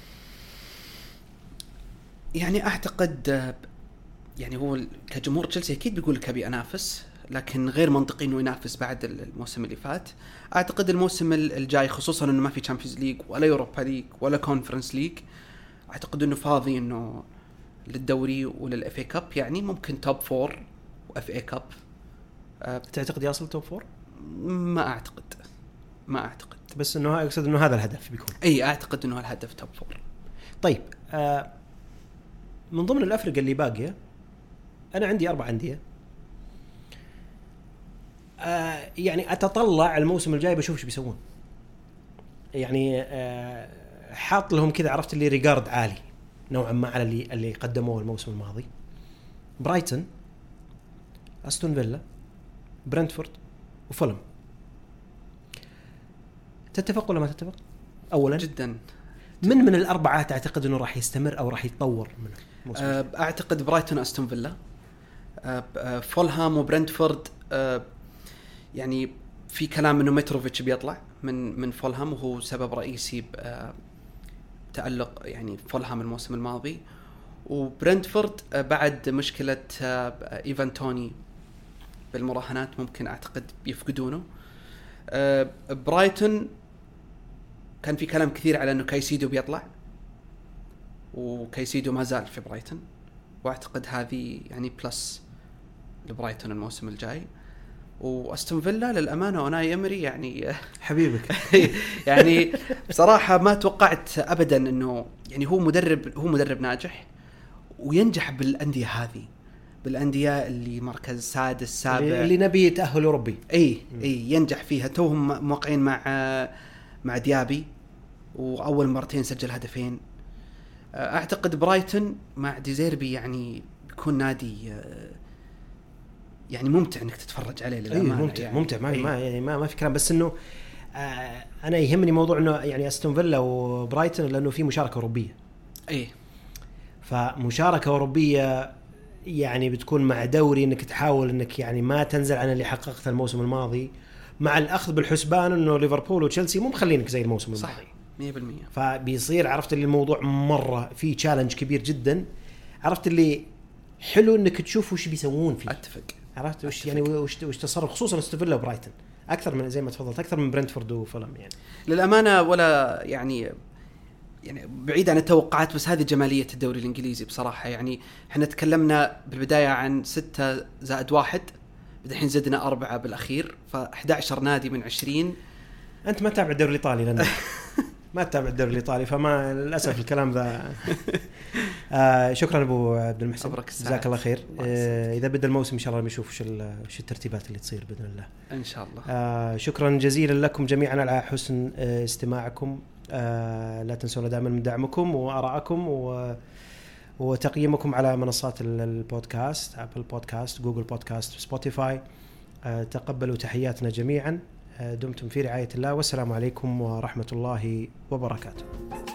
يعني اعتقد يعني هو كجمهور تشيلسي اكيد بيقول لك ابي انافس، لكن غير منطقي انه ينافس بعد الموسم اللي فات. اعتقد الموسم الجاي خصوصا انه ما في تشامبيونز ليج ولا يوروبا ليج ولا كونفرنس ليج، اعتقد انه فاضي انه للدوري وللاف اي كاب، يعني ممكن توب فور واف اي كاب. أه تعتقد يصل توب فور؟ ما اعتقد ما اعتقد بس انه اقصد انه هذا الهدف بيكون. اي اعتقد انه الهدف توب فور. طيب أه من ضمن الافرقه اللي باقيه انا عندي اربع انديه أه يعني اتطلع الموسم الجاي بشوف ايش بيسوون. يعني أه حاط لهم كذا، عرفت اللي ريجارد عالي نوعا ما على اللي اللي قدموه الموسم الماضي. برايتون، أستون فيلا، برنتفورد، وفولم. تتفق ولا ما تتفق؟ أولا جدا من من الأربعة تعتقد أنه راح يستمر أو راح يتطور من الموسم؟ أه أعتقد برايتون، أستون فيلا، أه فولهام وبرنتفورد. أه يعني في كلام أنه متروفيتش بيطلع من من فولهام، وهو سبب رئيسي بتألق يعني فولهام الموسم الماضي. وبرنتفورد بعد مشكلة إيفان توني بالمراهنات ممكن أعتقد بيفقدونه. برايتون كان في كلام كثير على أنه كايسيدو بيطلع، وكايسيدو ما زال في برايتون، وأعتقد هذه يعني بلس لبرايتون الموسم الجاي. واستون فيلا للأمانة وناي إمري يعني حبيبك يعني بصراحة ما توقعت أبدا أنه يعني هو مدرب هو مدرب ناجح وينجح بالأندية هذه، بالأندية اللي مركز سادس سابع اللي نبي تأهل أوروبي. أي أي ينجح فيها. توهم موقعين مع مع ديابي، وأول مرتين سجل هدفين. أعتقد برايتون مع ديزيربي يعني بيكون نادي يعني ممتع انك تتفرج عليه للامانه. أيه ممتع يعني ممتع ما أيه. ما يعني ما, ما في كلام، بس انه آه انا يهمني موضوع انه يعني استون فيلا وبرايتون لانه في مشاركه اوروبيه. اي فمشاركه اوروبيه يعني بتكون مع دوري انك تحاول انك يعني ما تنزل عن اللي حققته الموسم الماضي، مع الاخذ بالحسبان انه ليفربول وتشيلسي مو مخلينك زي الموسم الماضي. صح مية بالمية. فبيصير عرفت اللي الموضوع مره في تشالنج كبير جدا، عرفت اللي حلو انك تشوف وش بيسوون فيه. اتفق. عرفت وش يعني وش وش تصرف خصوصا استفيلا وبرايتون اكثر من زي ما تفضلت اكثر من برنتفورد وفولم يعني للامانه. ولا يعني يعني بعيد عن التوقعات، بس هذه جماليه الدوري الانجليزي بصراحه. يعني احنا تكلمنا بالبدايه عن ستة زائد واحد، الحين زدنا أربعة بالاخير، فأحد عشر نادي من عشرين. انت ما تتابع الدوري الايطالي لانه ما تتابع الدوري الايطالي، فما للاسف الكلام ذا. آه شكرا ابو عبد المحسن، جزاك الله خير. آه اذا بدا الموسم ان شاء الله نشوف وش وش الترتيبات اللي تصير باذن الله ان شاء الله. آه شكرا جزيلا لكم جميعا على حسن آه استماعكم. آه لا تنسونا دائما من دعمكم وارائكم و وتقييمكم على منصات البودكاست، ابل بودكاست، جوجل بودكاست، سبوتيفاي. آه تقبلوا تحياتنا جميعا. دمتم في رعاية الله، والسلام عليكم ورحمة الله وبركاته.